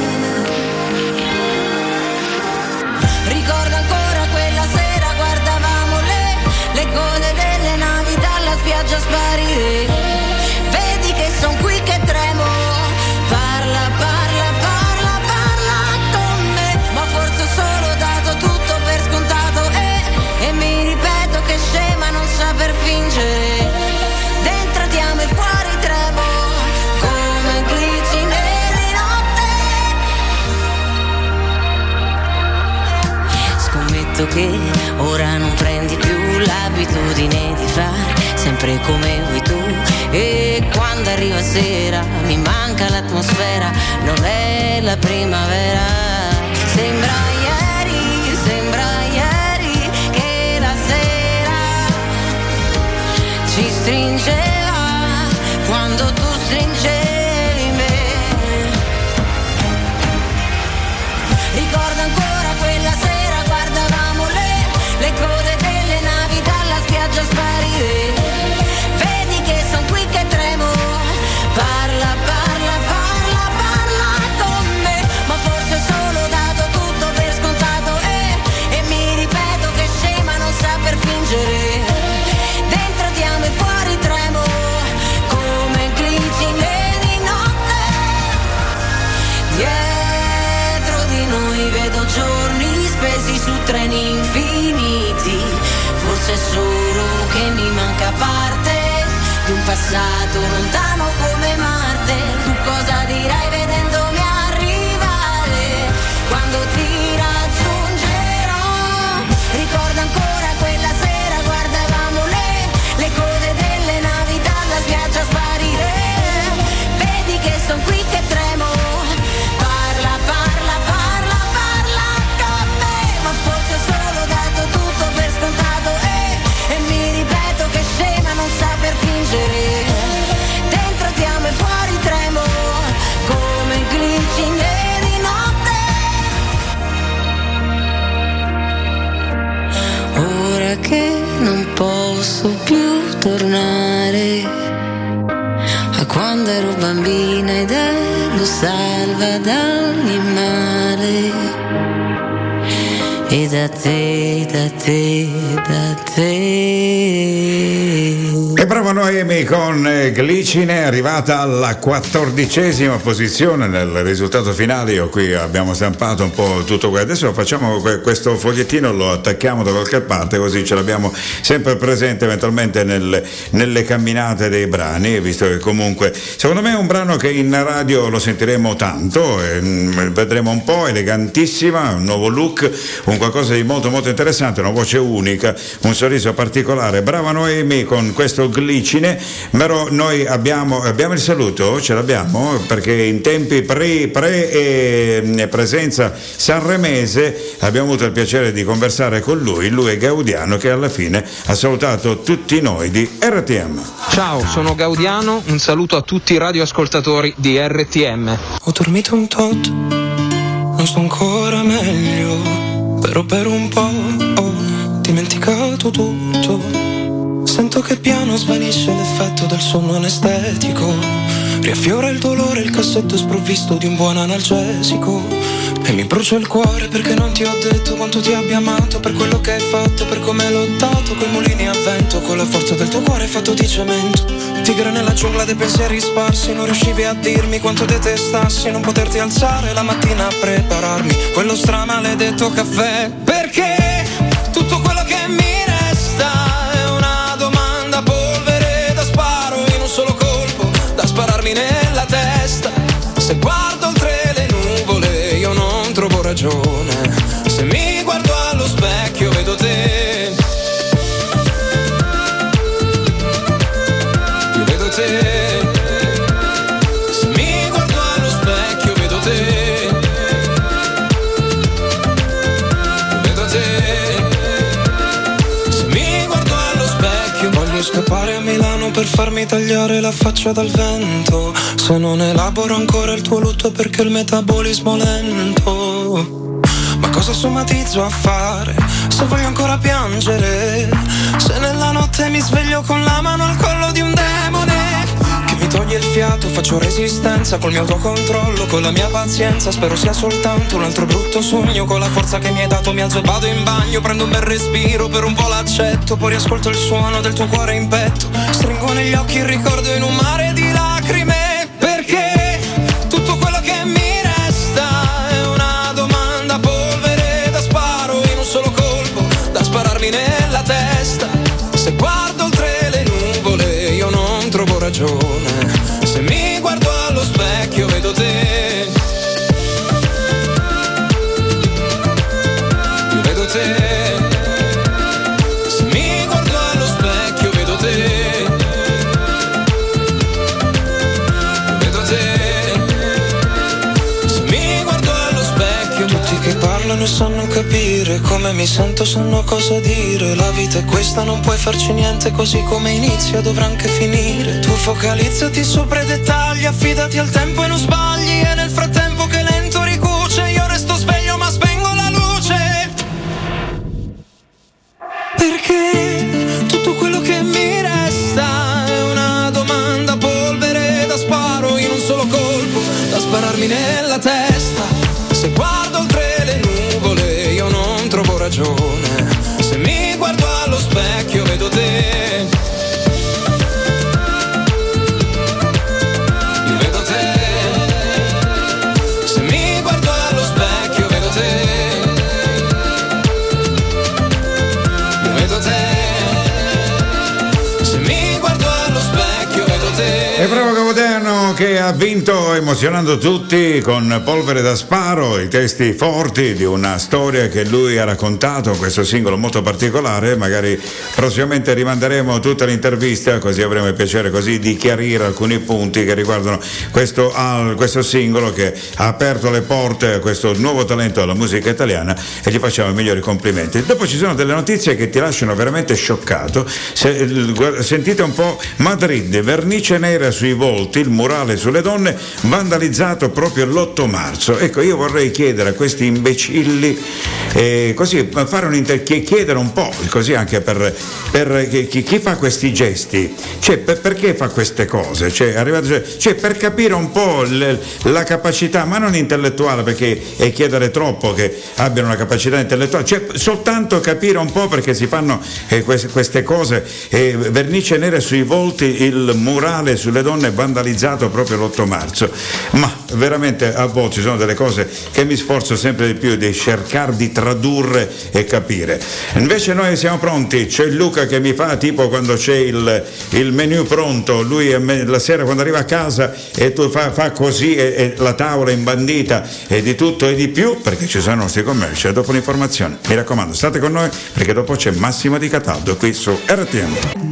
Ricordo ancora quella sera, guardavamo le, le code delle navi dalla spiaggia sparire. Vedi che son qui che tremo, parla, parla, parla, parla con me, ma forse ho solo dato tutto per scontato e, e mi ripeto che scema non saper fingere, dentro ti amo e fuori tremo, come glicine di notte. Scommetto che ora non prendi più l'abitudine di fare sempre come vuoi tu, e quando arriva sera mi manca l'atmosfera, non è la primavera, sembra ieri, sembra ieri che la sera ci stringeva quando tu stringevi me. Ricordo ancora quella sera, guardavamo le, le code delle navi dalla spiaggia sparire. Vedi che son qui passato lontano come Marte. Tu cosa dirai vedendomi arrivare? Quando ti raggiungerò, ricordo ancora quella sera, guardavamo le, le code delle navi dalla spiaggia sparire. Vedi che son qui che tremo, parla, parla, parla, parla con me. Ma forse ho solo dato tutto per scontato e, e mi ripeto che scema non saper fingere. Dentro ti amo e fuori tremo, come glicine di notte. Ora che non posso più tornare a quando ero bambina ed ero salva da ogni male. E da te, da te, da te. E bravo Noemi con eh, Glicine, arrivata alla quattordicesima posizione nel risultato finale. Io qui abbiamo stampato un po' tutto questo. Adesso facciamo que- questo fogliettino, lo attacchiamo da qualche parte, così ce l'abbiamo sempre presente eventualmente nel, nelle camminate dei brani, visto che comunque secondo me è un brano che in radio lo sentiremo tanto, e, mh, vedremo un po' elegantissima, un nuovo look, un qualcosa di molto molto interessante, una voce unica, un sorriso particolare. Brava Noemi con questo Glicine. Però noi abbiamo, abbiamo il saluto, ce l'abbiamo, perché in tempi pre, pre e presenza sanremese abbiamo avuto il piacere di conversare con lui. Lui è Gaudiano, che alla fine ha salutato tutti noi di R T M. Ciao, sono Gaudiano, un saluto a tutti i radioascoltatori di R T M. Ho dormito un tot, non sto ancora meglio, però per un po' ho dimenticato tutto. Sento che piano svanisce l'effetto del sonno anestetico, riaffiora il dolore il cassetto sprovvisto di un buon analgesico. E mi brucia il cuore perché non ti ho detto quanto ti abbia amato, per quello che hai fatto, per come hai lottato coi mulini a vento, con la forza del tuo cuore fatto di cemento. Tigre nella giungla dei pensieri sparsi, non riuscivi a dirmi quanto detestassi non poterti alzare la mattina a prepararmi quello stramaledetto caffè. Perché tutto quello che mi resta è una domanda, polvere da sparo in un solo colpo, da spararmi nella testa. Se guardo oltre le nuvole io non trovo ragione, se mi guardo allo specchio vedo te, io vedo te. Se mi guardo allo specchio vedo te, io vedo te. Se mi guardo allo specchio voglio scappare a Milano per farmi tagliare la faccia dal vento. Se non elaboro ancora il tuo lutto perché il metabolismo è lento. Ma cosa somatizzo a fare se voglio ancora piangere? Se nella notte mi sveglio con la mano al collo di un demone che mi toglie il fiato, faccio resistenza col mio autocontrollo, con la mia pazienza. Spero sia soltanto un altro brutto sogno. Con la forza che mi hai dato mi alzo e vado in bagno, prendo un bel respiro, per un po' l'accetto, poi riascolto il suono del tuo cuore in petto. Stringo negli occhi il ricordo in un mare di lacrime. Perché tutto quello che mi resta è una domanda, polvere da sparo in un solo colpo, da spararmi nella testa. Se guardo oltre le nuvole io non trovo ragione, se mi guardo allo specchio vedo te, io vedo te. Se mi guardo allo specchio vedo te, che parlano e sanno capire come mi sento, sanno cosa dire. La vita è questa, non puoi farci niente, così come inizia dovrà anche finire. Tu focalizzati sopra i dettagli, affidati al tempo e non sbagli. E nel frattempo che lento ricuce io resto sveglio ma spengo la luce. Perché tutto quello che mi resta è una domanda, polvere da sparo in un solo colpo, da spararmi nella testa. Se guardo oltre le nuvole io non trovo ragione, se mi guardo allo specchio vedo te, io vedo te. Se mi guardo allo specchio vedo te, io vedo te. brano che ha vinto emozionando tutti con Polvere da sparo, i testi forti di una storia che lui ha raccontato, questo singolo molto particolare. Magari prossimamente rimanderemo tutta l'intervista, così avremo il piacere così di chiarire alcuni punti che riguardano questo, uh, questo singolo che ha aperto le porte a questo nuovo talento della musica italiana, e gli facciamo i migliori complimenti. Dopo ci sono delle notizie che ti lasciano veramente scioccato. Se, sentite un po': Madrid, vernice nera sui volti, il murale sulle donne vandalizzato proprio l'otto marzo. Ecco, io vorrei chiedere a questi imbecilli, eh, così fare un inter- chiedere un po', così anche per, per chi, chi fa questi gesti, cioè per, perché fa queste cose, cioè, arrivato, cioè, cioè per capire un po' le, la capacità, ma non intellettuale, perché è chiedere troppo che abbiano una capacità intellettuale, cioè soltanto capire un po' perché si fanno eh, queste, queste cose, eh, vernice nera sui volti, il murale sulle donne vandalizzato proprio l'otto marzo. Ma veramente a volte ci sono delle cose che mi sforzo sempre di più di cercare di tradurre e capire. Invece noi siamo pronti, c'è Luca che mi fa tipo quando c'è il, il menù pronto, lui la sera quando arriva a casa e tu fa, fa così e, e la tavola è imbandita e di tutto e di più, perché ci sono i nostri commerci. Dopo l'informazione, mi raccomando, state con noi perché dopo c'è Massimo Di Cataldo qui su R T M.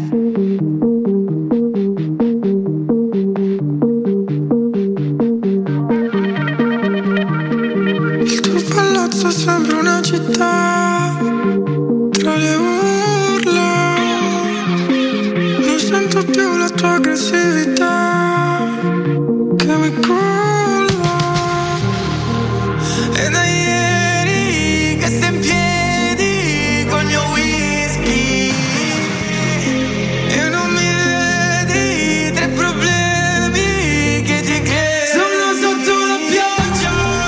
Sembra una città tra le urla, non sento più la tua aggressività che mi culla. E da ieri che sei in piedi col mio whisky e non mi vedi tre problemi che ti crei. Sono sotto la pioggia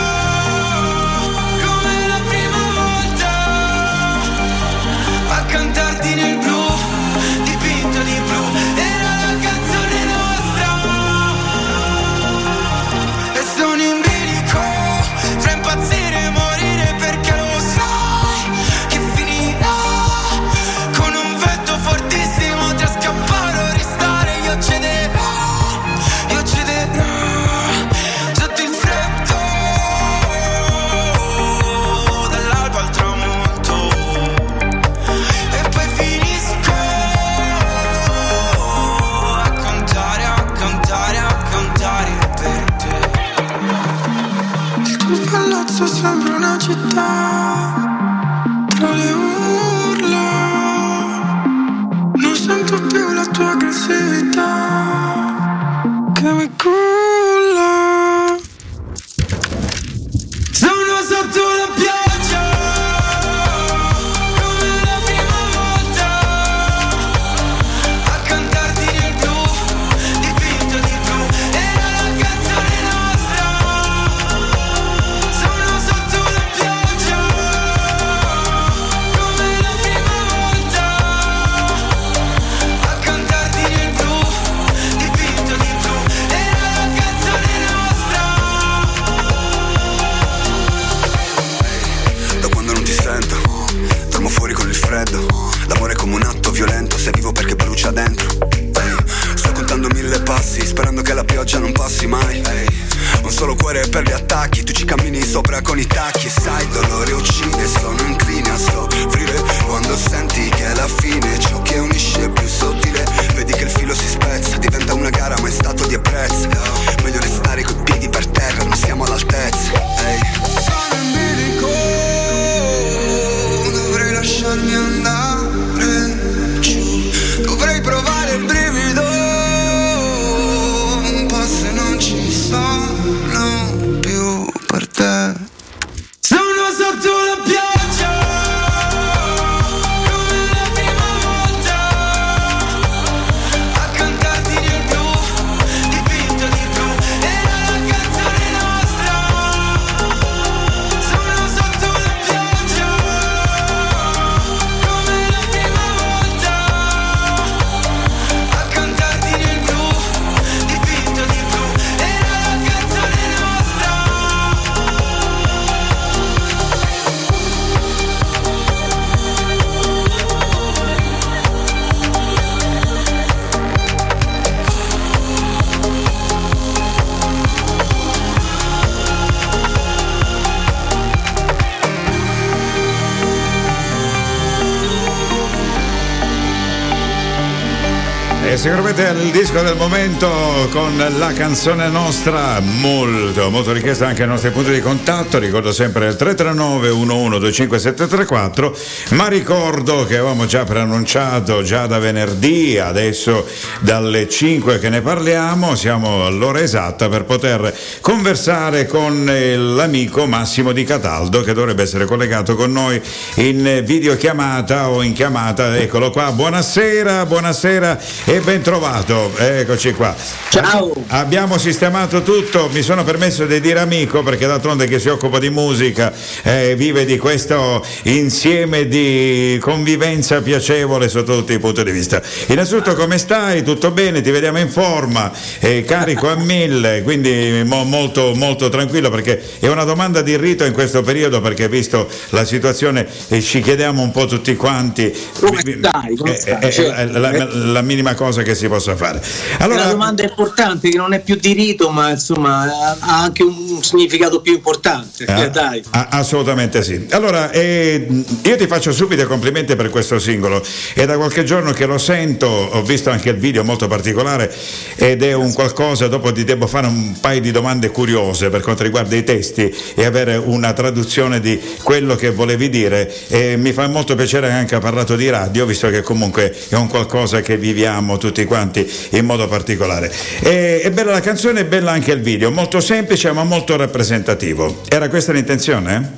cantarti nel blu, dipinto di blu, era la canzone nostra. E sono in bilico, fra impazzire e morire, perché lo sai che finirà con un vento fortissimo tra scappare o restare. Io cederò, io cederò sotto il freddo dall'alba al tramonto. Sembra una città tra le urla, non sento più la tua aggressività che mi culla. Sono sotto la pioggia come la prima volta, a cantarti nel blu, dipinto di blu, era la canzone nostra. Sono sotto la pioggia come la prima volta, a cantarti nel blu, dipinto di blu, era la canzone nostra. Da quando non ti sento, dormo fuori con il freddo. L'amore è come un atto violento, se vivo perché brucia dentro. Ehi, sto contando mille passi, sperando che la pioggia non passi mai. Ehi, un solo cuore per gli attacchi, tu ci cammini sopra con i tacchi. E sai, il dolore uccide, sono incline a soffrire quando senti che è la fine, ciò che unisce è più sottile. Vedi che il filo si spezza, diventa una gara ma è stato di apprezzo. Meglio restare coi piedi per terra, non siamo all'altezza. Ehi, sono in bilico, dovrei lasciarmi andare giù, dovrei provare il brivido un po' se non ci sono più per te. Sono sotto la pioggia E sicuramente è il disco del momento con la canzone nostra, molto molto richiesta anche ai nostri punti di contatto. Ricordo sempre il tre tre nove uno uno due cinque sette tre quattro, ma ricordo che avevamo già preannunciato già da venerdì, adesso dalle cinque che ne parliamo, siamo all'ora esatta per poter conversare con l'amico Massimo Di Cataldo, che dovrebbe essere collegato con noi in videochiamata o in chiamata. Eccolo qua, buonasera, buonasera e ben trovato, eccoci qua. Ciao. Abbiamo sistemato tutto, mi sono permesso di dire amico perché d'altronde chi si occupa di musica eh, vive di questo insieme di convivenza piacevole sotto tutti i punti di vista. Innanzitutto come stai? Tutto bene? Ti vediamo in forma, eh, carico a mille, quindi mo, molto molto tranquillo, perché è una domanda di rito in questo periodo, perché visto la situazione eh, ci chiediamo un po' tutti quanti come stai, come stai? Eh, eh, certo. la, la, la minima cosa che si possa fare. Allora, è una domanda importante che non è più di rito, ma insomma ha anche un significato più importante. Ah, eh, dai. Ah, assolutamente sì. Allora, eh, io ti faccio subito i complimenti per questo singolo. È da qualche giorno che lo sento, ho visto anche il video molto particolare ed è un qualcosa, dopo ti devo fare un paio di domande curiose per quanto riguarda i testi e avere una traduzione di quello che volevi dire. E mi fa molto piacere che anche ha parlato di radio, visto che comunque è un qualcosa che viviamo tutti quanti in modo particolare. E, è bella la canzone, è bella anche il video, molto semplice ma molto rappresentativo. Era questa l'intenzione?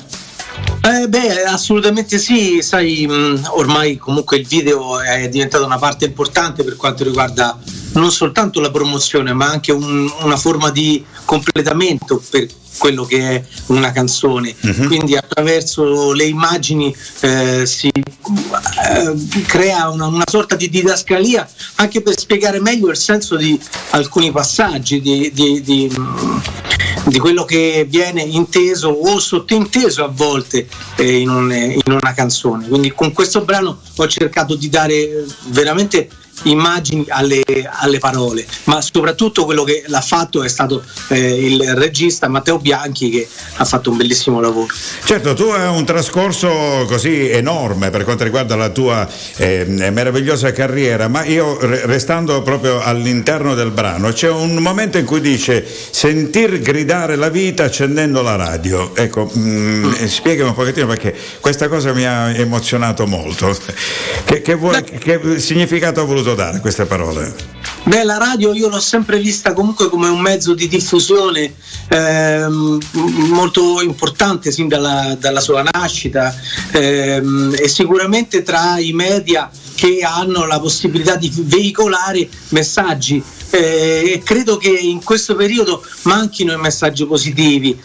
Eh beh, assolutamente sì, sai, mh, ormai comunque il video è diventato una parte importante per quanto riguarda non soltanto la promozione, ma anche un, una forma di completamento per quello che è una canzone. Uh-huh. Quindi attraverso le immagini eh, si eh, crea una, una sorta di didascalia anche per spiegare meglio il senso di alcuni passaggi di, di, di, di quello che viene inteso o sottinteso a volte eh, in, un, in una canzone. Quindi con questo brano ho cercato di dare veramente immagini alle, alle parole, ma soprattutto quello che l'ha fatto è stato eh, il regista Matteo Bianchi, che ha fatto un bellissimo lavoro. Certo, tu hai un trascorso così enorme per quanto riguarda la tua eh, meravigliosa carriera, ma io restando proprio all'interno del brano c'è un momento in cui dice sentir gridare la vita accendendo la radio. Ecco, mm, spiegami un pochettino, perché questa cosa mi ha emozionato molto. Che, che, vuoi, che significato ha voluto dare queste parole? Beh, la radio io l'ho sempre vista comunque come un mezzo di diffusione ehm, molto importante sin dalla, dalla sua nascita ehm, e sicuramente tra i media che hanno la possibilità di veicolare messaggi. Eh, e credo che in questo periodo manchino i messaggi positivi.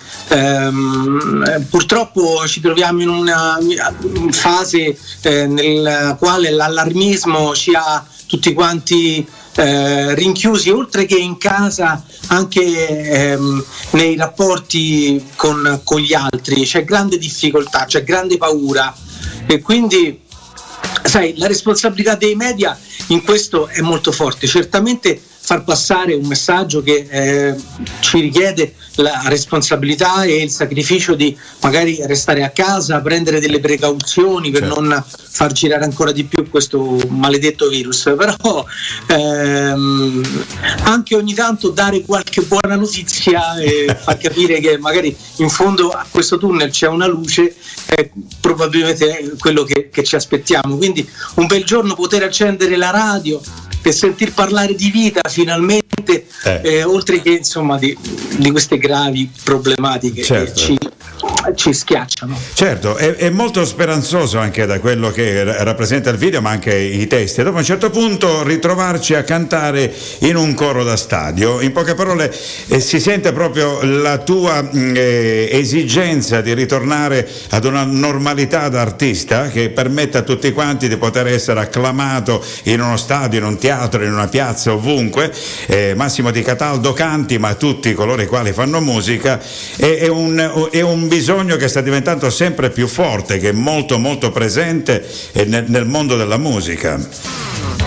Ehm, purtroppo ci troviamo in una fase eh, nella quale l'allarmismo ci ha tutti quanti eh, rinchiusi, oltre che in casa anche ehm, nei rapporti con, con gli altri. C'è grande difficoltà, c'è grande paura, e quindi sai, la responsabilità dei media in questo è molto forte. Certamente far passare un messaggio che eh, ci richiede la responsabilità e il sacrificio di magari restare a casa, prendere delle precauzioni per certo. non far girare ancora di più questo maledetto virus, però ehm, anche ogni tanto dare qualche buona notizia e far capire che magari in fondo a questo tunnel c'è una luce, è probabilmente quello che, che ci aspettiamo. Quindi un bel giorno poter accendere la radio per sentir parlare di vita finalmente, eh. Eh, oltre che insomma di, di queste gravi problematiche certo. che ci, ci schiacciano. Certo, è, è molto speranzoso anche da quello che rappresenta il video, ma anche i testi. Dopo a un certo punto ritrovarci a cantare in un coro da stadio, in poche parole eh, si sente proprio la tua eh, esigenza di ritornare ad una normalità da artista che permetta a tutti quanti di poter essere acclamato in uno stadio, in un teatro, in una piazza, ovunque. eh, Massimo Di Cataldo canti, ma tutti coloro i quali fanno musica, è, è, un, è un bisogno che sta diventando sempre più forte, che è molto molto presente nel, nel mondo della musica. Eh,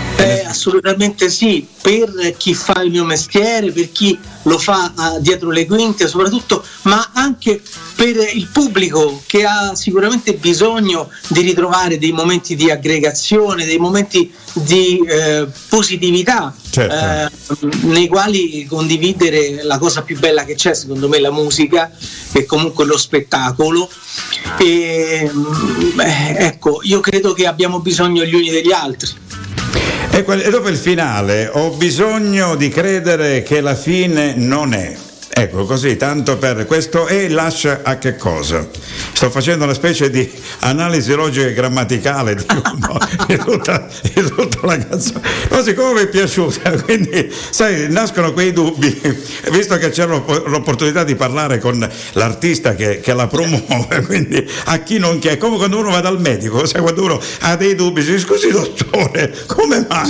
assolutamente sì, per chi fa il mio mestiere, per chi lo fa uh, dietro le quinte soprattutto, ma anche per il pubblico che ha sicuramente bisogno di ritrovare dei momenti di aggregazione, dei momenti di eh, positività, certo. eh, nei quali condividere la cosa più bella che c'è, secondo me, la musica e comunque lo spettacolo. E beh, ecco, io credo che abbiamo bisogno gli uni degli altri. E dopo il finale, ho bisogno di credere che la fine non è. Ecco, così, tanto per questo e lascia a che cosa? Sto facendo una specie di analisi logica e grammaticale di, no, di, tutta, di tutta la canzone. No, siccome mi è piaciuta, quindi, sai, nascono quei dubbi, visto che c'è l'opportunità di parlare con l'artista che, che la promuove, quindi a chi non chiede, come quando uno va dal medico, sai, quando uno ha dei dubbi, si scusi dottore, come mai?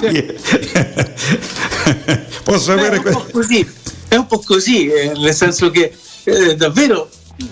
Sì. Posso avere questo? Così. È un po' così, eh, nel senso che eh, davvero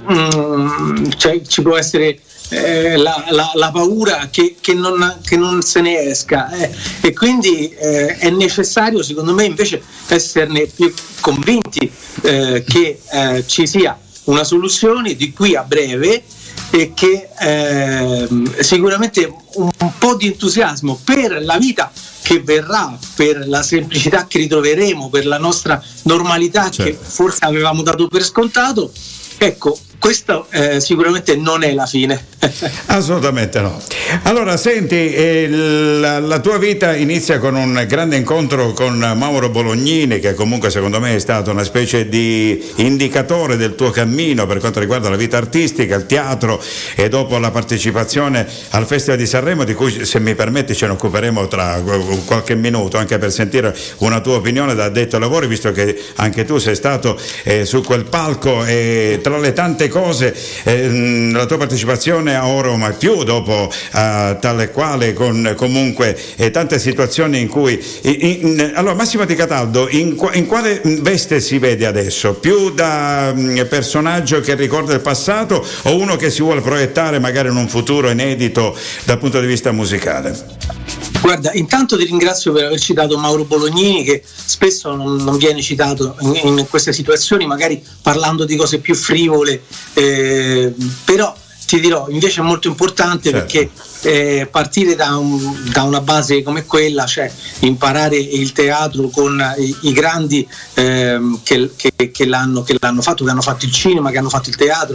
mm, cioè, ci può essere eh, la, la, la paura che, che, non, che non se ne esca eh, e quindi eh, è necessario, secondo me, invece esserne più convinti eh, che eh, ci sia una soluzione di qui a breve e che eh, sicuramente un, un po' di entusiasmo per la vita che verrà, per la semplicità che ritroveremo, per la nostra normalità, certo, che forse avevamo dato per scontato, ecco, questo eh, sicuramente non è la fine. Assolutamente no. Allora, senti, eh, la, la tua vita inizia con un grande incontro con Mauro Bolognini, che comunque secondo me è stato una specie di indicatore del tuo cammino per quanto riguarda la vita artistica, il teatro, e dopo la partecipazione al Festival di Sanremo, di cui, se mi permetti, ce ne occuperemo tra qualche minuto, anche per sentire una tua opinione da addetto ai lavori, visto che anche tu sei stato eh, su quel palco, e tra le tante cose eh, la tua partecipazione a Oro ma più, dopo eh, tale quale, con comunque eh, tante situazioni in cui in, in, allora Massimo Di Cataldo in, in quale veste si vede adesso? Più da mh, personaggio che ricorda il passato, o uno che si vuole proiettare magari in un futuro inedito dal punto di vista musicale? Guarda, intanto ti ringrazio per aver citato Mauro Bolognini, che spesso non, non viene citato in, in queste situazioni, magari parlando di cose più frivole, eh, però ti dirò, invece è molto importante, certo, perché eh, partire da, un, da una base come quella, cioè imparare il teatro con i, i grandi eh, che, che, che, l'hanno, che l'hanno fatto, che hanno fatto il cinema, che hanno fatto il teatro,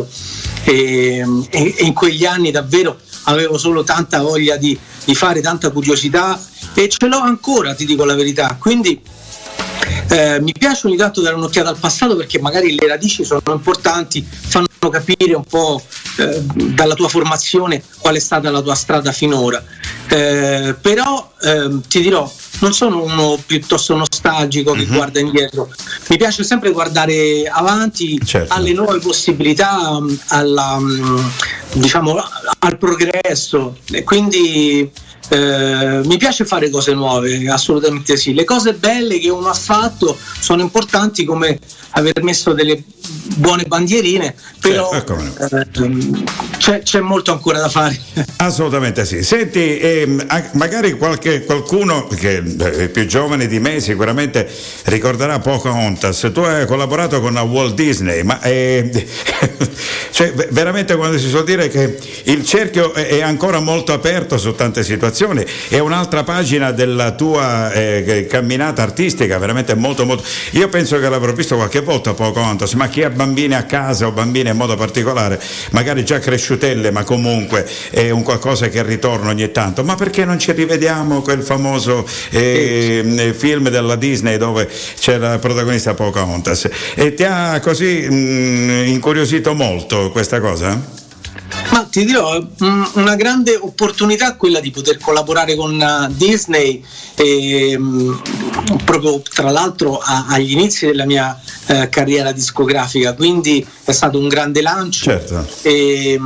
e, e, e in quegli anni davvero avevo solo tanta voglia di, di fare, tanta curiosità, e ce l'ho ancora, ti dico la verità. Quindi eh, mi piace ogni tanto dare un'occhiata al passato, perché magari le radici sono importanti, fanno capire un po' eh, dalla tua formazione qual è stata la tua strada finora, eh, però eh, ti dirò, non sono uno piuttosto nostalgico che mm-hmm. guarda indietro, mi piace sempre guardare avanti, certo, alle nuove possibilità, alla, diciamo, al progresso, e quindi eh, mi piace fare cose nuove, assolutamente sì. Le cose belle che uno ha fatto sono importanti, come aver messo delle buone bandierine, però ecco, eh, c'è, c'è molto ancora da fare. Assolutamente sì. Senti, eh, magari qualche, qualcuno che è più giovane di me sicuramente ricorderà Pocahontas. Tu hai collaborato con la Walt Disney, ma è, cioè, veramente, quando si suol dire che il cerchio è ancora molto aperto su tante situazioni, è un'altra pagina della tua eh, camminata artistica, veramente molto molto. Io penso che l'avrò visto qualche volta Pocahontas, ma chi ha bambini a casa o bambine in modo particolare, magari già cresciutelle, ma comunque è un qualcosa che ritorna ogni tanto. Ma perché non ci rivediamo quel famoso eh, film della Disney dove c'è la protagonista Pocahontas? E ti ha così mh, incuriosito molto questa cosa? Ma ti dirò, una grande opportunità quella di poter collaborare con Disney, e, proprio tra l'altro a, agli inizi della mia eh, carriera discografica, quindi è stato un grande lancio, certo, e,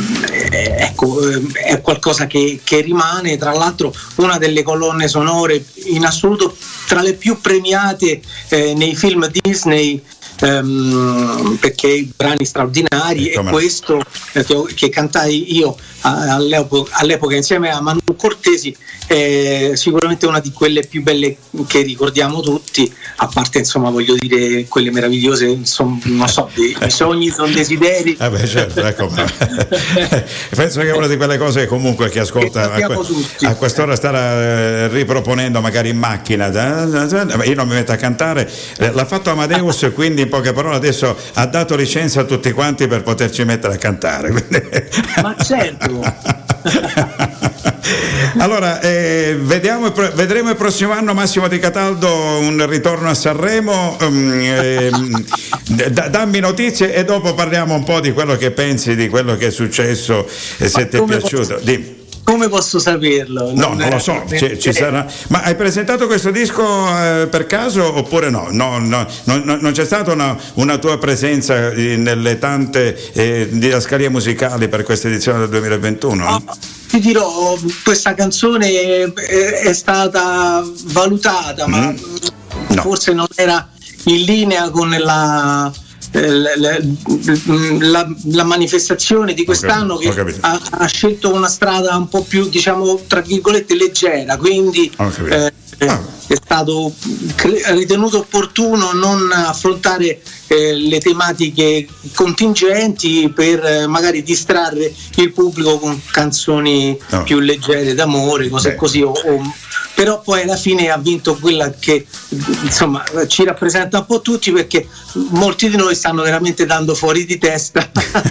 ecco, è qualcosa che, che rimane, tra l'altro una delle colonne sonore in assoluto tra le più premiate eh, nei film Disney. ehm, perché brani straordinari, e, e questo eh, che, che cantai io a, all'epoca, all'epoca insieme a Manu Cortesi è sicuramente una di quelle più belle che ricordiamo tutti, a parte insomma voglio dire quelle meravigliose, insomma, non so, i, i sogni sono desideri. Ah beh, certo, ecco. Penso che è una di quelle cose comunque che ascolta che a, que- a quest'ora starà riproponendo magari in macchina. Io non mi metto a cantare, l'ha fatto Amadeus, quindi in poche parole adesso ha dato licenza a tutti quanti per poterci mettere a cantare. Ma certo. Allora, eh, vediamo, vedremo il prossimo anno Massimo Di Cataldo un ritorno a Sanremo. Um, eh, d- dammi notizie e dopo parliamo un po' di quello che pensi, di quello che è successo e se ti è piaciuto. Posso... Dimmi. Come posso saperlo? No, non, non lo so, ci, ci sarà. Ma hai presentato questo disco eh, per caso oppure no? No, no, no, no non c'è stata una, una tua presenza nelle tante eh, didascalie musicali per questa edizione del duemilaventuno? Oh, ti dirò, questa canzone è, è stata valutata, mm. ma no. forse non era in linea con la... La, la, la, la manifestazione di quest'anno, che ha, ha scelto una strada un po' più, diciamo, tra virgolette leggera, quindi eh, ah. è stato ritenuto opportuno non affrontare eh, le tematiche contingenti per eh, magari distrarre il pubblico con canzoni no. più leggere d'amore, cose Beh. così o, o, però poi alla fine ha vinto quella che insomma ci rappresenta un po' tutti, perché molti di noi stanno veramente dando fuori di testa.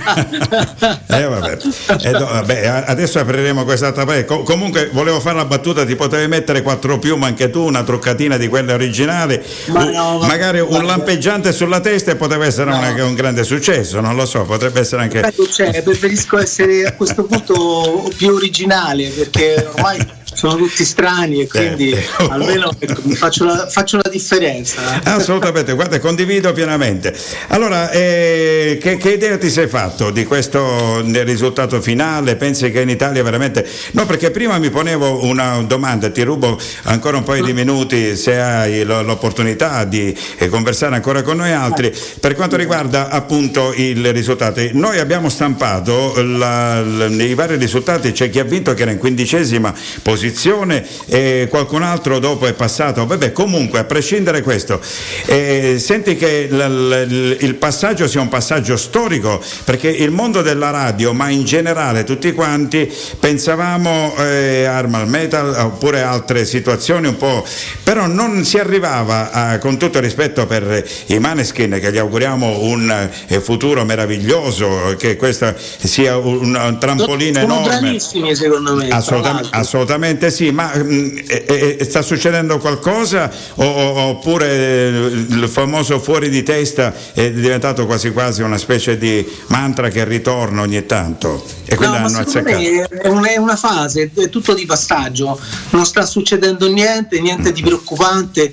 eh, vabbè. Eh, no, vabbè, adesso apriremo quest'altra parte. Com- comunque volevo fare la battuta, ti potevi mettere quattro piume anche tu, una truccatina di quelle originali, Ma no, va- magari un va- lampeggiante sulla testa, e poteva essere no. una, un grande successo, non lo so, potrebbe essere anche cioè, preferisco essere a questo punto più originale, perché ormai sono tutti strani e quindi eh, eh, almeno ecco, mi faccio la, faccio la differenza. Assolutamente, guarda, condivido pienamente. Allora, eh, che, che idea ti sei fatto di questo risultato finale? Pensi che in Italia veramente... No, perché prima mi ponevo una domanda, ti rubo ancora un paio di minuti se hai l'opportunità di conversare ancora con noi altri. Per quanto riguarda appunto il risultato, noi abbiamo stampato la, la, i vari risultati, c'è chi ha vinto che era in quindicesima posizione, e qualcun altro dopo è passato. Vabbè, comunque a prescindere questo, eh, senti che l- l- il passaggio sia un passaggio storico, perché il mondo della radio, ma in generale tutti quanti pensavamo eh, arma al metal oppure altre situazioni un po', però non si arrivava a, con tutto il rispetto per i Maneskin, che gli auguriamo un eh, futuro meraviglioso, che questa sia un, un trampolino sono enorme. Bravissimi secondo me. Assolutamente, assolutamente sì, ma mh, eh, eh, sta succedendo qualcosa o, o, oppure eh, il famoso fuori di testa è diventato quasi quasi una specie di mantra che ritorna ogni tanto e quindi no, hanno azzeccato? È, un, è una fase, è tutto di passaggio, non sta succedendo niente, niente mm. di preoccupante.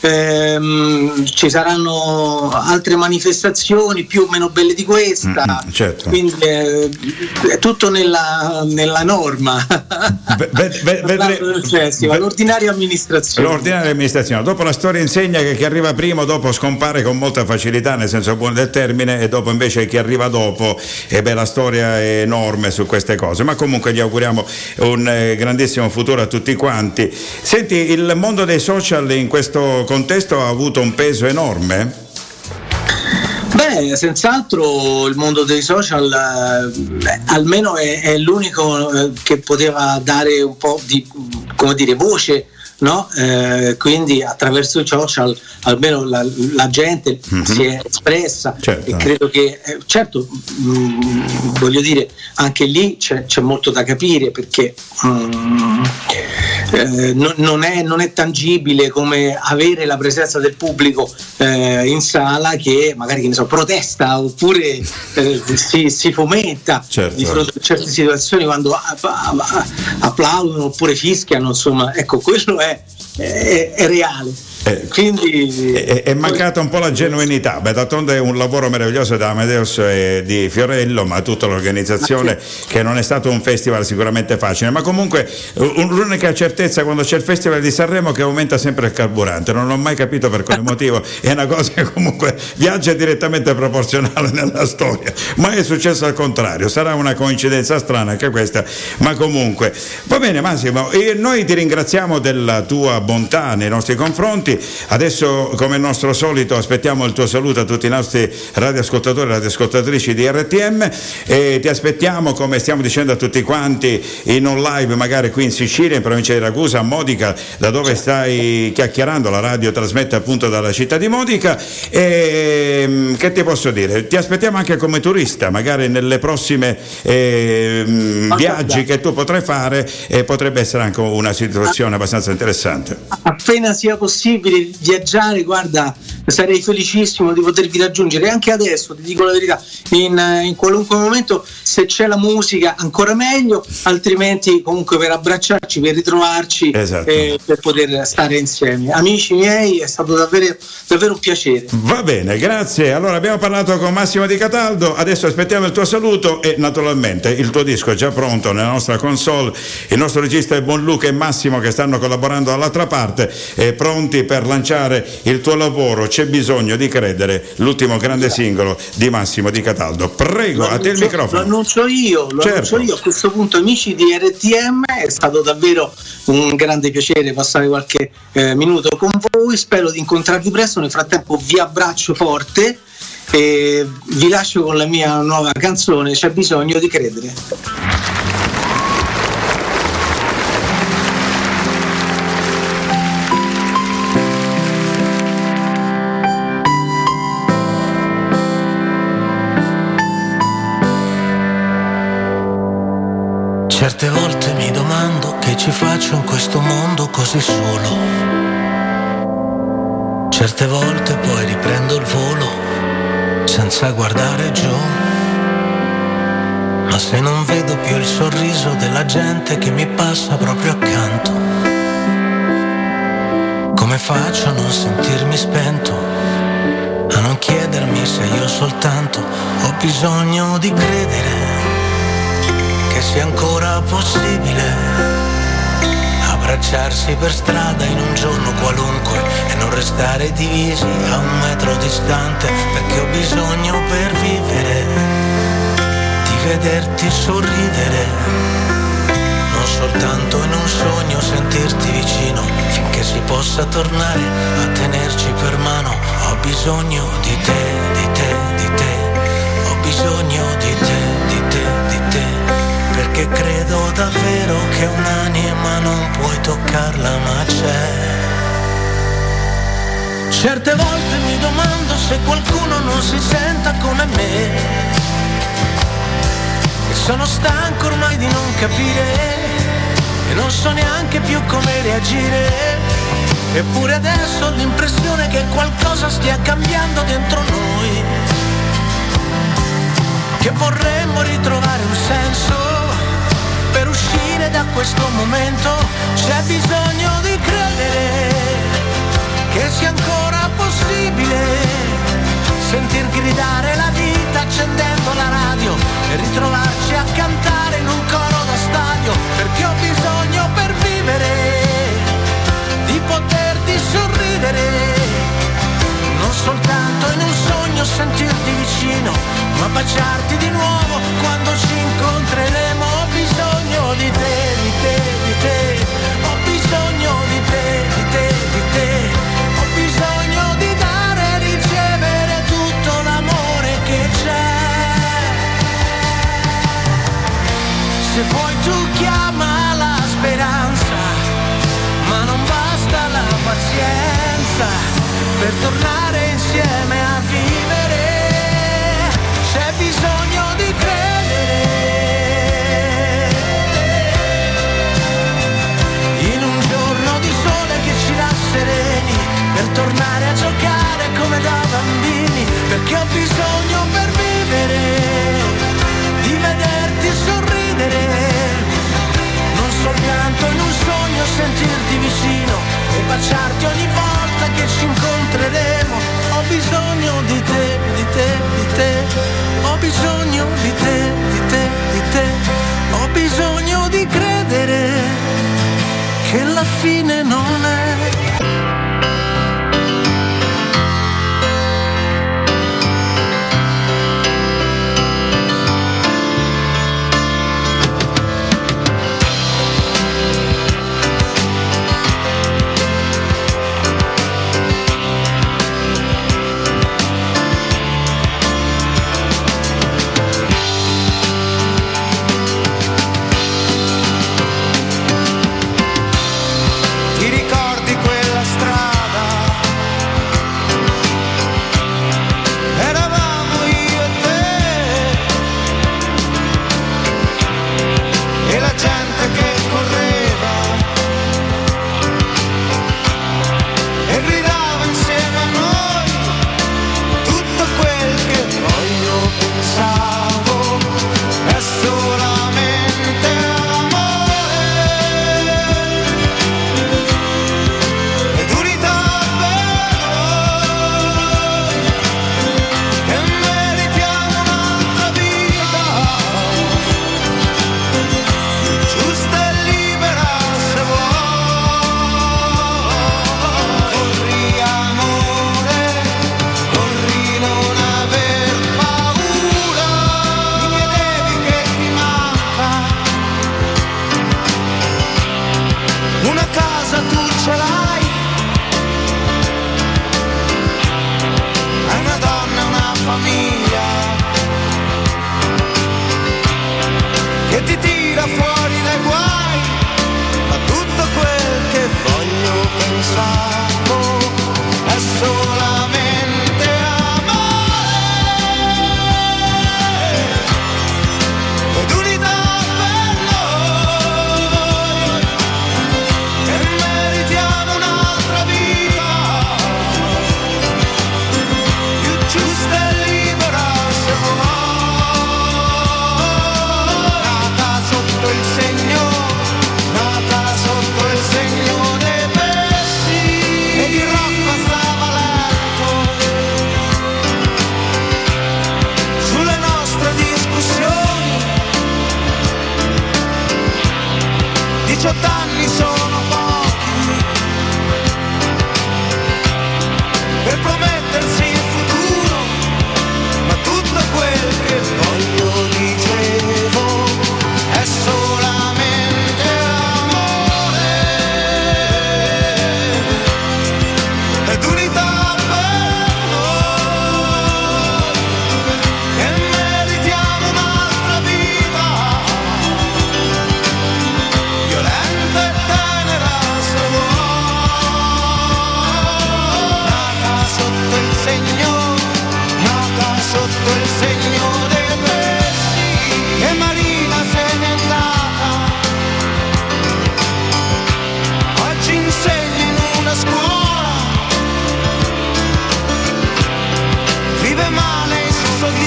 Ehm, ci saranno altre manifestazioni più o meno belle di questa, mm-hmm, certo. quindi eh, è tutto nella, nella norma. Ve, ve, ve, vedre, ve, l'ordinaria amministrazione. L'ordinaria amministrazione. Dopo la storia insegna che chi arriva prima dopo scompare con molta facilità, nel senso buono del termine, e dopo invece chi arriva dopo, e beh, la storia è enorme su queste cose, ma comunque gli auguriamo un eh, grandissimo futuro a tutti quanti. Senti, il mondo dei social in questo contesto ha avuto un peso enorme? Beh, senz'altro il mondo dei social eh, almeno è, è l'unico eh, che poteva dare un po' di, come dire, voce, no? Eh, quindi attraverso i social almeno la, la gente mm-hmm. si è espressa, certo. E credo che eh, certo mh, voglio dire anche lì c'è, c'è molto da capire, perché mh, eh, non, non, è, non è tangibile come avere la presenza del pubblico eh, in sala che magari, che ne so, protesta oppure eh, si, si fomenta, certo. Di fronte a certe situazioni, quando a, a, a, applaudono oppure fischiano, insomma, ecco, quello è È, è reale. Eh, Quindi è, è mancata un po' la genuinità. Beh, d'altronde è un lavoro meraviglioso da Amadeus e di Fiorello, ma tutta l'organizzazione, che non è stato un festival sicuramente facile, ma comunque un, l'unica certezza quando c'è il festival di Sanremo è che aumenta sempre il carburante. Non ho mai capito per quale motivo, è una cosa che comunque viaggia direttamente proporzionale nella storia, ma è successo al contrario. Sarà una coincidenza strana anche questa, ma comunque va bene. Massimo, e noi ti ringraziamo della tua bontà nei nostri confronti. Adesso, come il nostro solito, aspettiamo il tuo saluto a tutti i nostri radioascoltatori e radioascoltatrici di R T M, e ti aspettiamo, come stiamo dicendo a tutti quanti, in un live magari qui in Sicilia, in provincia di Ragusa, a Modica, da dove stai chiacchierando. La radio trasmette appunto dalla città di Modica, e che ti posso dire, ti aspettiamo anche come turista magari nelle prossime eh, viaggi che tu potrai fare, e potrebbe essere anche una situazione abbastanza interessante. Appena sia possibile viaggiare, guarda, sarei felicissimo di potervi raggiungere anche adesso, ti dico la verità, in, in qualunque momento. Se c'è la musica ancora meglio, altrimenti comunque per abbracciarci, per ritrovarci, esatto. E per poter stare insieme. Amici miei, è stato davvero, davvero un piacere. Va bene, grazie. Allora, abbiamo parlato con Massimo Di Cataldo, adesso aspettiamo il tuo saluto e naturalmente il tuo disco è già pronto nella nostra console. Il nostro regista è Buon Luca e Massimo, che stanno collaborando dall'altra parte, e pronti per lanciare il tuo lavoro. C'è bisogno di credere, l'ultimo grande singolo di Massimo Di Cataldo. Prego, a te il microfono. Lo annuncio io, lo certo. annuncio io a questo punto, amici di R T M, è stato davvero un grande piacere passare qualche eh, minuto con voi, spero di incontrarvi presto. Nel frattempo vi abbraccio forte e vi lascio con la mia nuova canzone, C'è bisogno di credere. Certe volte mi domando che ci faccio in questo mondo così solo. Certe volte poi riprendo il volo senza guardare giù. Ma se non vedo più il sorriso della gente che mi passa proprio accanto, come faccio a non sentirmi spento, a non chiedermi se io soltanto ho bisogno di credere che sia ancora possibile abbracciarsi per strada in un giorno qualunque e non restare divisi a un metro distante, perché ho bisogno per vivere di vederti sorridere, non soltanto in un sogno sentirti vicino, finché si possa tornare a tenerci per mano. Ho bisogno di te, di te, di te, ho bisogno di te, di te, di te, perché credo davvero che un'anima non puoi toccarla, ma c'è. Certe volte mi domando se qualcuno non si senta come me, e sono stanco ormai di non capire e non so neanche più come reagire, eppure adesso ho l'impressione che qualcosa stia cambiando dentro noi, che vorremmo ritrovare un senso per uscire da questo momento. C'è bisogno di credere che sia ancora possibile sentir gridare la vita accendendo la radio e ritrovarci a cantare in un coro da stadio, perché ho bisogno per vivere di poterti sorridere, non soltanto in un sogno sentirti vicino, ma baciarti di nuovo quando ci incontreremo. Ho bisogno di te, di te, di te, ho bisogno di te, di te, di te, ho bisogno di dare e ricevere tutto l'amore che c'è. Se vuoi tu chiama la speranza, ma non basta la pazienza per tornare insieme a vivere. C'è bisogno di credere in un giorno di sole che ci dà sereni, per tornare a giocare come da bambini, perché ho bisogno per vivere di vederti sorridere, non soltanto in un sogno sentirti vicino e baciarti ogni volta che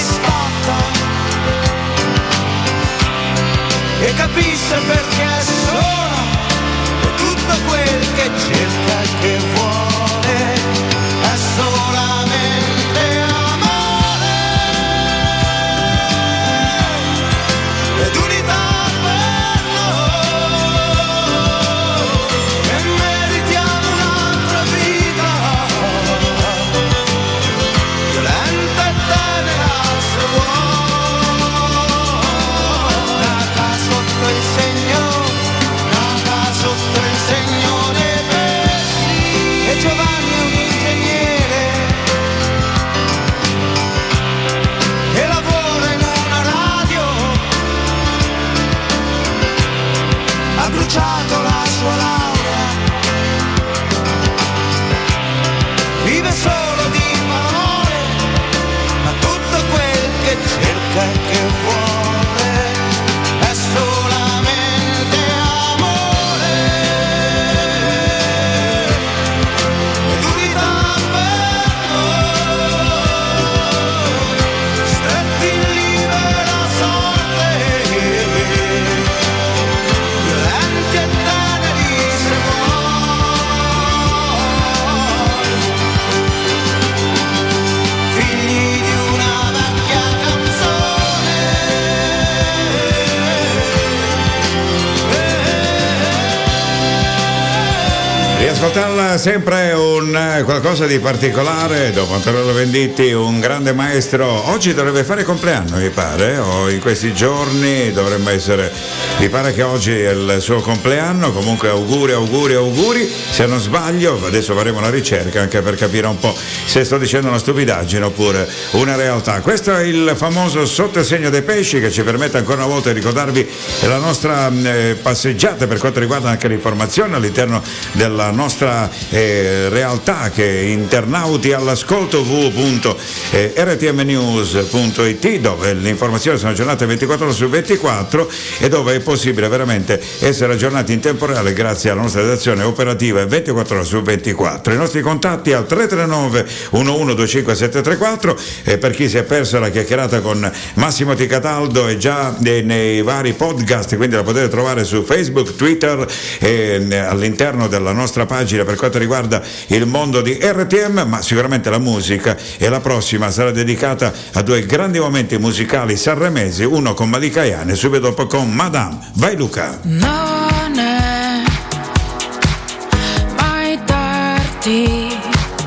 spotta e capisce perché sono tutto quel che cerca e che vuole è solamente amore ed unità per noi e meritiamo un'altra vita violenta e tenera se vuoi nata sotto il segno nata sotto il segno dei pesci e Giovanni è un ingegnere e lavora in una radio ha bruciato la sua laurea vive solo di parole ma tutto quel che cerca e che vuole è solamente amore ed unità per noi stretti in libera sorte violenti e teneri se vuoi figli di una vecchia canzone Riascoltarla sempre un eh, qualcosa di particolare. Dopo Antonello Venditti, un grande maestro. Oggi dovrebbe fare compleanno, mi pare, o in questi giorni dovremmo essere. Mi pare che oggi è il suo compleanno. Comunque auguri, auguri, auguri. Se non sbaglio, adesso faremo una ricerca anche per capire un po' se sto dicendo una stupidaggine oppure una realtà. Questo è il famoso Sotto il segno dei pesci, che ci permette ancora una volta di ricordarvi la nostra eh, passeggiata per quanto riguarda anche l'informazione all'interno della nostra eh, realtà, che internauti all'ascolto w w w punto r t m news punto i t, dove le informazioni sono aggiornate ventiquattro ore su ventiquattro e dove è possibile veramente essere aggiornati in tempo reale grazie alla nostra redazione operativa ventiquattro ore su ventiquattro. I nostri contatti al tre tre nove uno uno due cinque sette tre quattro e per chi si è perso la chiacchierata con Massimo Di Cataldo è già nei, nei vari podcast, quindi la potete trovare su Facebook, Twitter e all'interno della nostra pagina per quanto riguarda il mondo di R T M, ma sicuramente la musica e la prossima sarà dedicata a due grandi momenti musicali sanremesi, uno con Malika Ayane e subito dopo con Madame. Vai Luca. Non è mai tardi,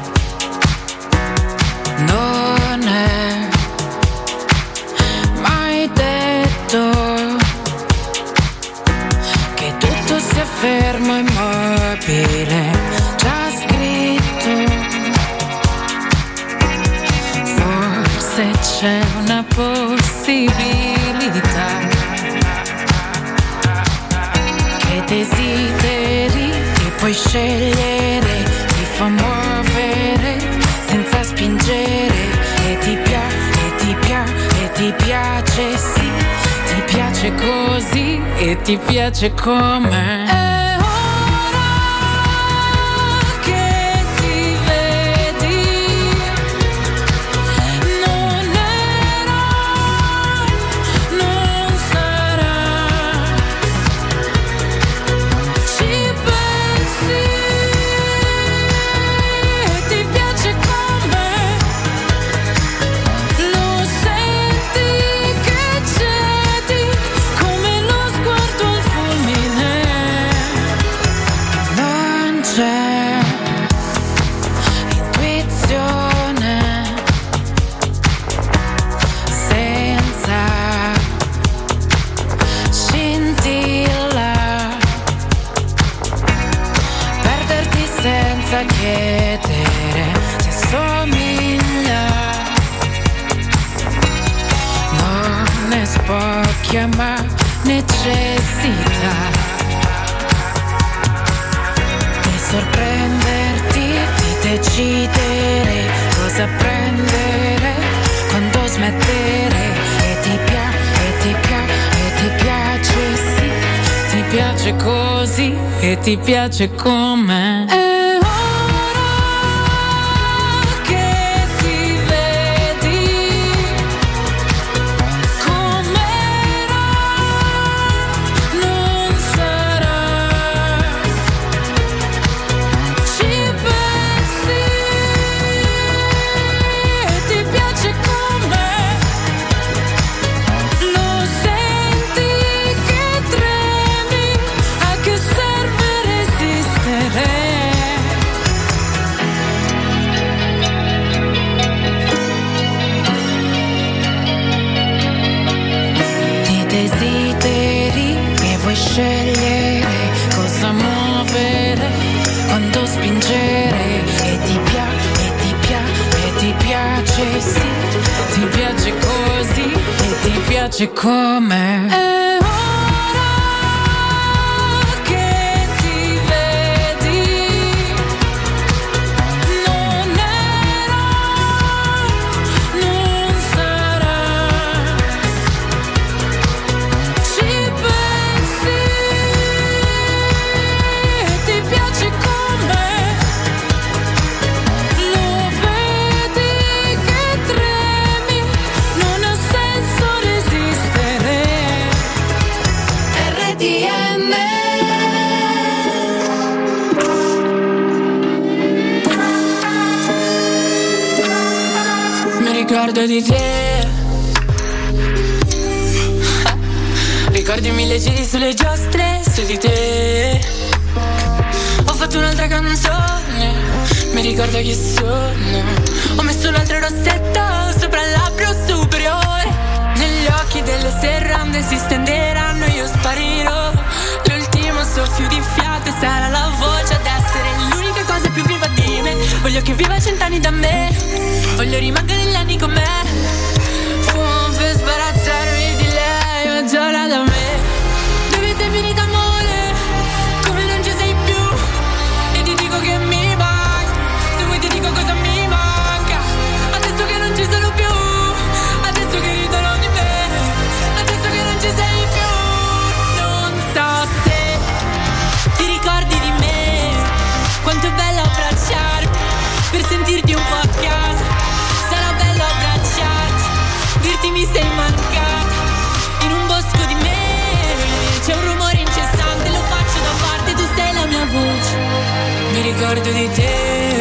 non è mai detto che tutto sia fermo e immobile, già scritto. Forse c'è una possibilità che desideri e puoi scegliere, ti fa muovere senza spingere e ti piace, e ti piace, e ti piace, sì, ti piace così e ti piace com'è. Chiedere se somiglia, non è spocchia ma necessità di sorprenderti, di decidere cosa prendere, quando smettere e ti piace, e ti piace, e ti piace, sì, ti piace così e ti piace com'è. piace come è ora che ti vedi, non era, non sarà, ci pensi, ti piace come lo vedi che tremi, non ha senso resistere. R T M Mi ricordo di te, ricordi mille giri sulle giostre su di te. Ho fatto un'altra canzone, mi ricordo chi sono. Ho messo un altro rossetto sopra il labbro superiore. Negli occhi delle serrande si stenderanno, io sparirò. L'ultimo soffio di fiato sarà la voce ad essere l'unica cosa più viva di me. Voglio che viva cent'anni da me, voglio rimanere negli anni con me. Fumo per sbarazzarmi di lei, ma giora da me. Dove sei finita amore, come non ci sei più. E ti dico che mi manca, se vuoi ti dico cosa mi manca. Adesso che non ci sono più, adesso che ridono di me, adesso che non ci sei più. Non so se ti ricordi di me, quanto è bello abbracciarmi per sentirti un po' a casa. Sarà bello abbracciarti, dirti mi sei mancata. In un bosco di me c'è un rumore incessante, lo faccio da parte, tu sei la mia voce. Mi ricordo di te,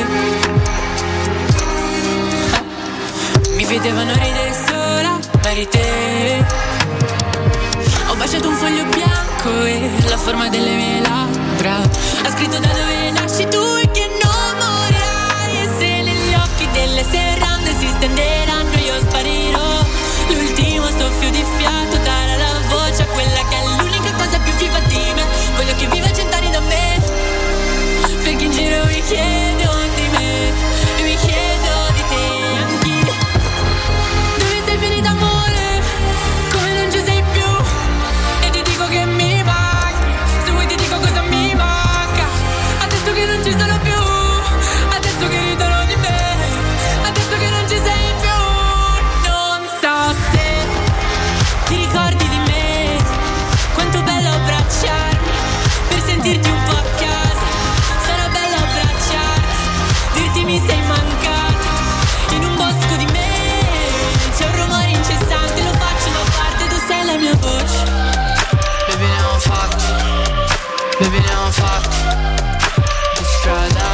mi vedevano ridere sola, ma eri te. Ho baciato un foglio bianco e la forma delle mie labbra ha scritto da dove nasci tu e che non morirai. E se negli occhi delle serrande si stenderanno, io sparirò. L'ultimo soffio di fiato darà la voce a quella che è l'unica cosa più viva di me. Voglio che viva cent'anni da me, perché in giro mi chiedo di me e mi chiedo di te anch'io. Dove sei finita amore, come non ci sei più. E ti dico che mi manchi, se vuoi ti dico cosa mi manca. Adesso che non ci sono più, adesso che ridono di me, adesso che non ci sei più. Non so se ti ricordi di me, quanto bello abbracciarmi per sentirti un po' a casa. Sarà bello abbracciarti, dirti mi sei mancata. In un bosco di me c'è un rumore incessante, lo faccio da parte, tu sei la mia voce. Baby ne ho fatti, baby ne ho fatti di strada.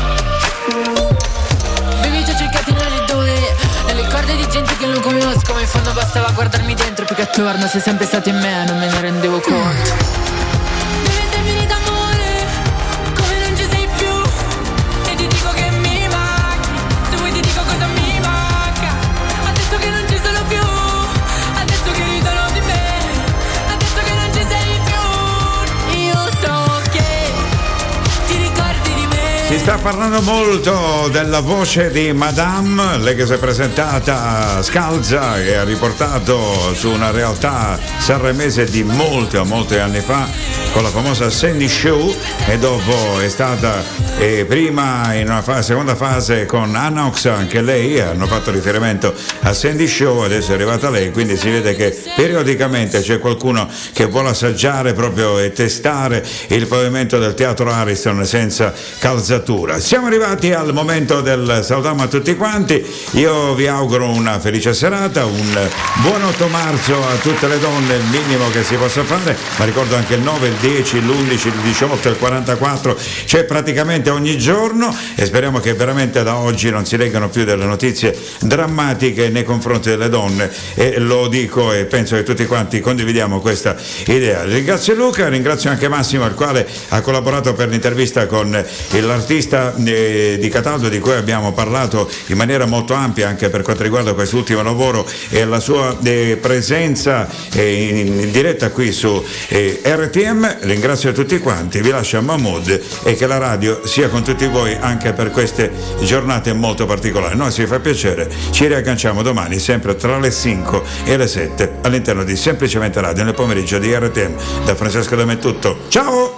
Baby ti ho cercati nelle due, nelle corde di gente che non conosco, ma in fondo bastava guardarmi dentro perché attorno sei sempre stato in me, non me ne rendevo conto. Dove sei finita amore, come non ci sei più. E ti dico che mi manchi, se vuoi ti dico cosa mi manca. Adesso che non ci sono più, adesso che ridono di me, adesso che non ci sei più. Io so che ti ricordi di me. Si sta parlando molto della voce di Madame, lei che si è presentata a Scalza e ha riportato su una realtà sanremese di molti, molti anni fa con la famosa Sandy Show, e dopo è stata eh, prima in una fase, seconda fase con Anox, anche lei hanno fatto riferimento a Sandy Show, adesso è arrivata lei, quindi si vede che periodicamente c'è qualcuno che vuole assaggiare proprio e testare il pavimento del Teatro Ariston senza calzatura. Siamo arrivati al momento del salutiamo a tutti quanti, io vi auguro una felice serata, un buon otto marzo a tutte le donne, il minimo che si possa fare, ma ricordo anche il nove, il dieci, l'undici, il diciotto, il quarantaquattro, c'è praticamente ogni giorno, e speriamo che veramente da oggi non si leggano più delle notizie drammatiche nei confronti delle donne, e lo dico e penso che tutti quanti condividiamo questa idea. Ringrazio Luca, ringrazio anche Massimo, il quale ha collaborato per l'intervista con l'artista l'artista eh, di Cataldo, di cui abbiamo parlato in maniera molto ampia anche per quanto riguarda quest'ultimo lavoro e la sua eh, presenza eh, in, in diretta qui su eh, R T M. Ringrazio tutti quanti, vi lascio a Mahmood e che la radio sia con tutti voi anche per queste giornate molto particolari. Noi ci fa piacere, ci riagganciamo domani sempre tra le cinque e le sette all'interno di Semplicemente Radio nel pomeriggio di R T M. Da Francesco D'Ame è tutto, ciao!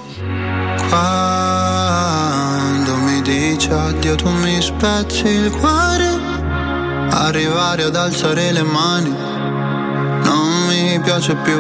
Quando mi dici addio tu mi spezzi il cuore, arrivare ad alzare le mani non mi piace più.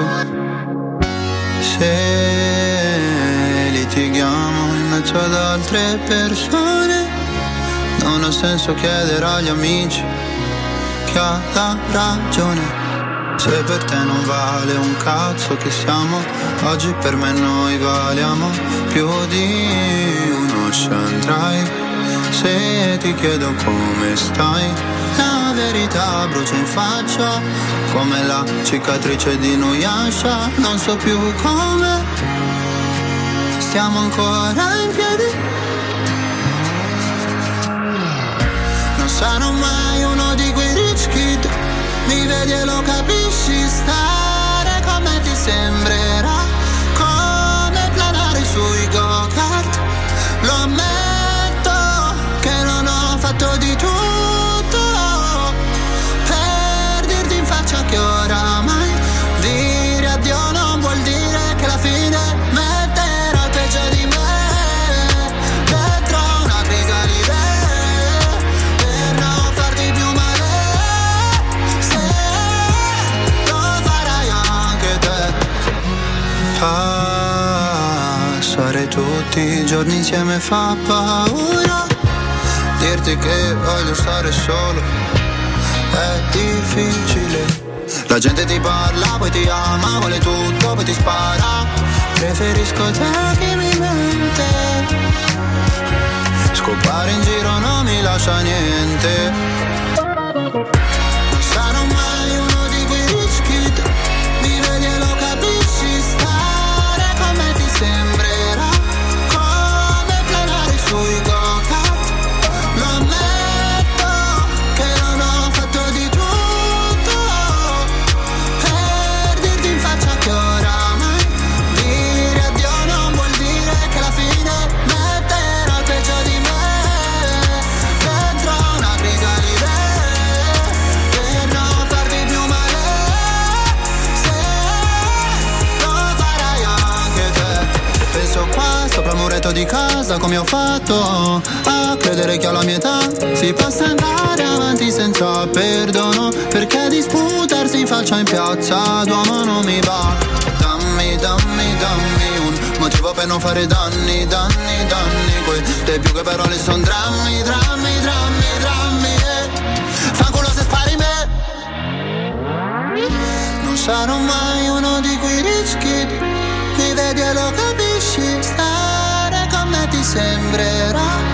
Se litighiamo in mezzo ad altre persone non ha senso chiedere agli amici chi ha la ragione. Se per te non vale un cazzo che siamo, oggi per me noi valiamo più di un ocean drive. Se ti chiedo come stai, la verità brucia in faccia come la cicatrice di Nuyasha. Non so più come stiamo ancora in piedi. Non sarò mai uno di quei rich kid, mi vedi e lo capisci, stare con me ti sembrerà come planare sui go-kart. Lo ammetto che non ho fatto di tutto per dirti in faccia che oramai dire addio non vuol dire che la fine metterò peggio di me dentro una crisalide per non farti più male. Passare tutti i giorni insieme fa paura, dirti che voglio stare solo è difficile. La gente ti parla, poi ti ama, vuole tutto, poi ti spara. Preferisco te che mi mente, scopare in giro non mi lascia niente. Non sarò mai uno di quei rich kid, mi vedi e lo capisci, stare con me ti sembrerà come planare sui go-kart. Lo ammetto che non ho fatto di tutto per dirti in faccia che oramai dire addio non vuol dire che la fine metterò peggio di me dentro una crisalide per non farti più male. Se lo farai anche te, penso qua sopra il muretto di casa come ho fatto a credere che alla mia età si possa andare avanti senza perdono, perché disputarsi in faccia in piazza d'uomo non mi va. Dammi, dammi, dammi un motivo per non fare danni, danni, danni. Queste più che parole son drammi, drammi, drammi, drammi eh. Fanculo se spari me. Non sarò mai uno di quei rich kid, mi vedi e lo capisci, stare con me ti sembrerà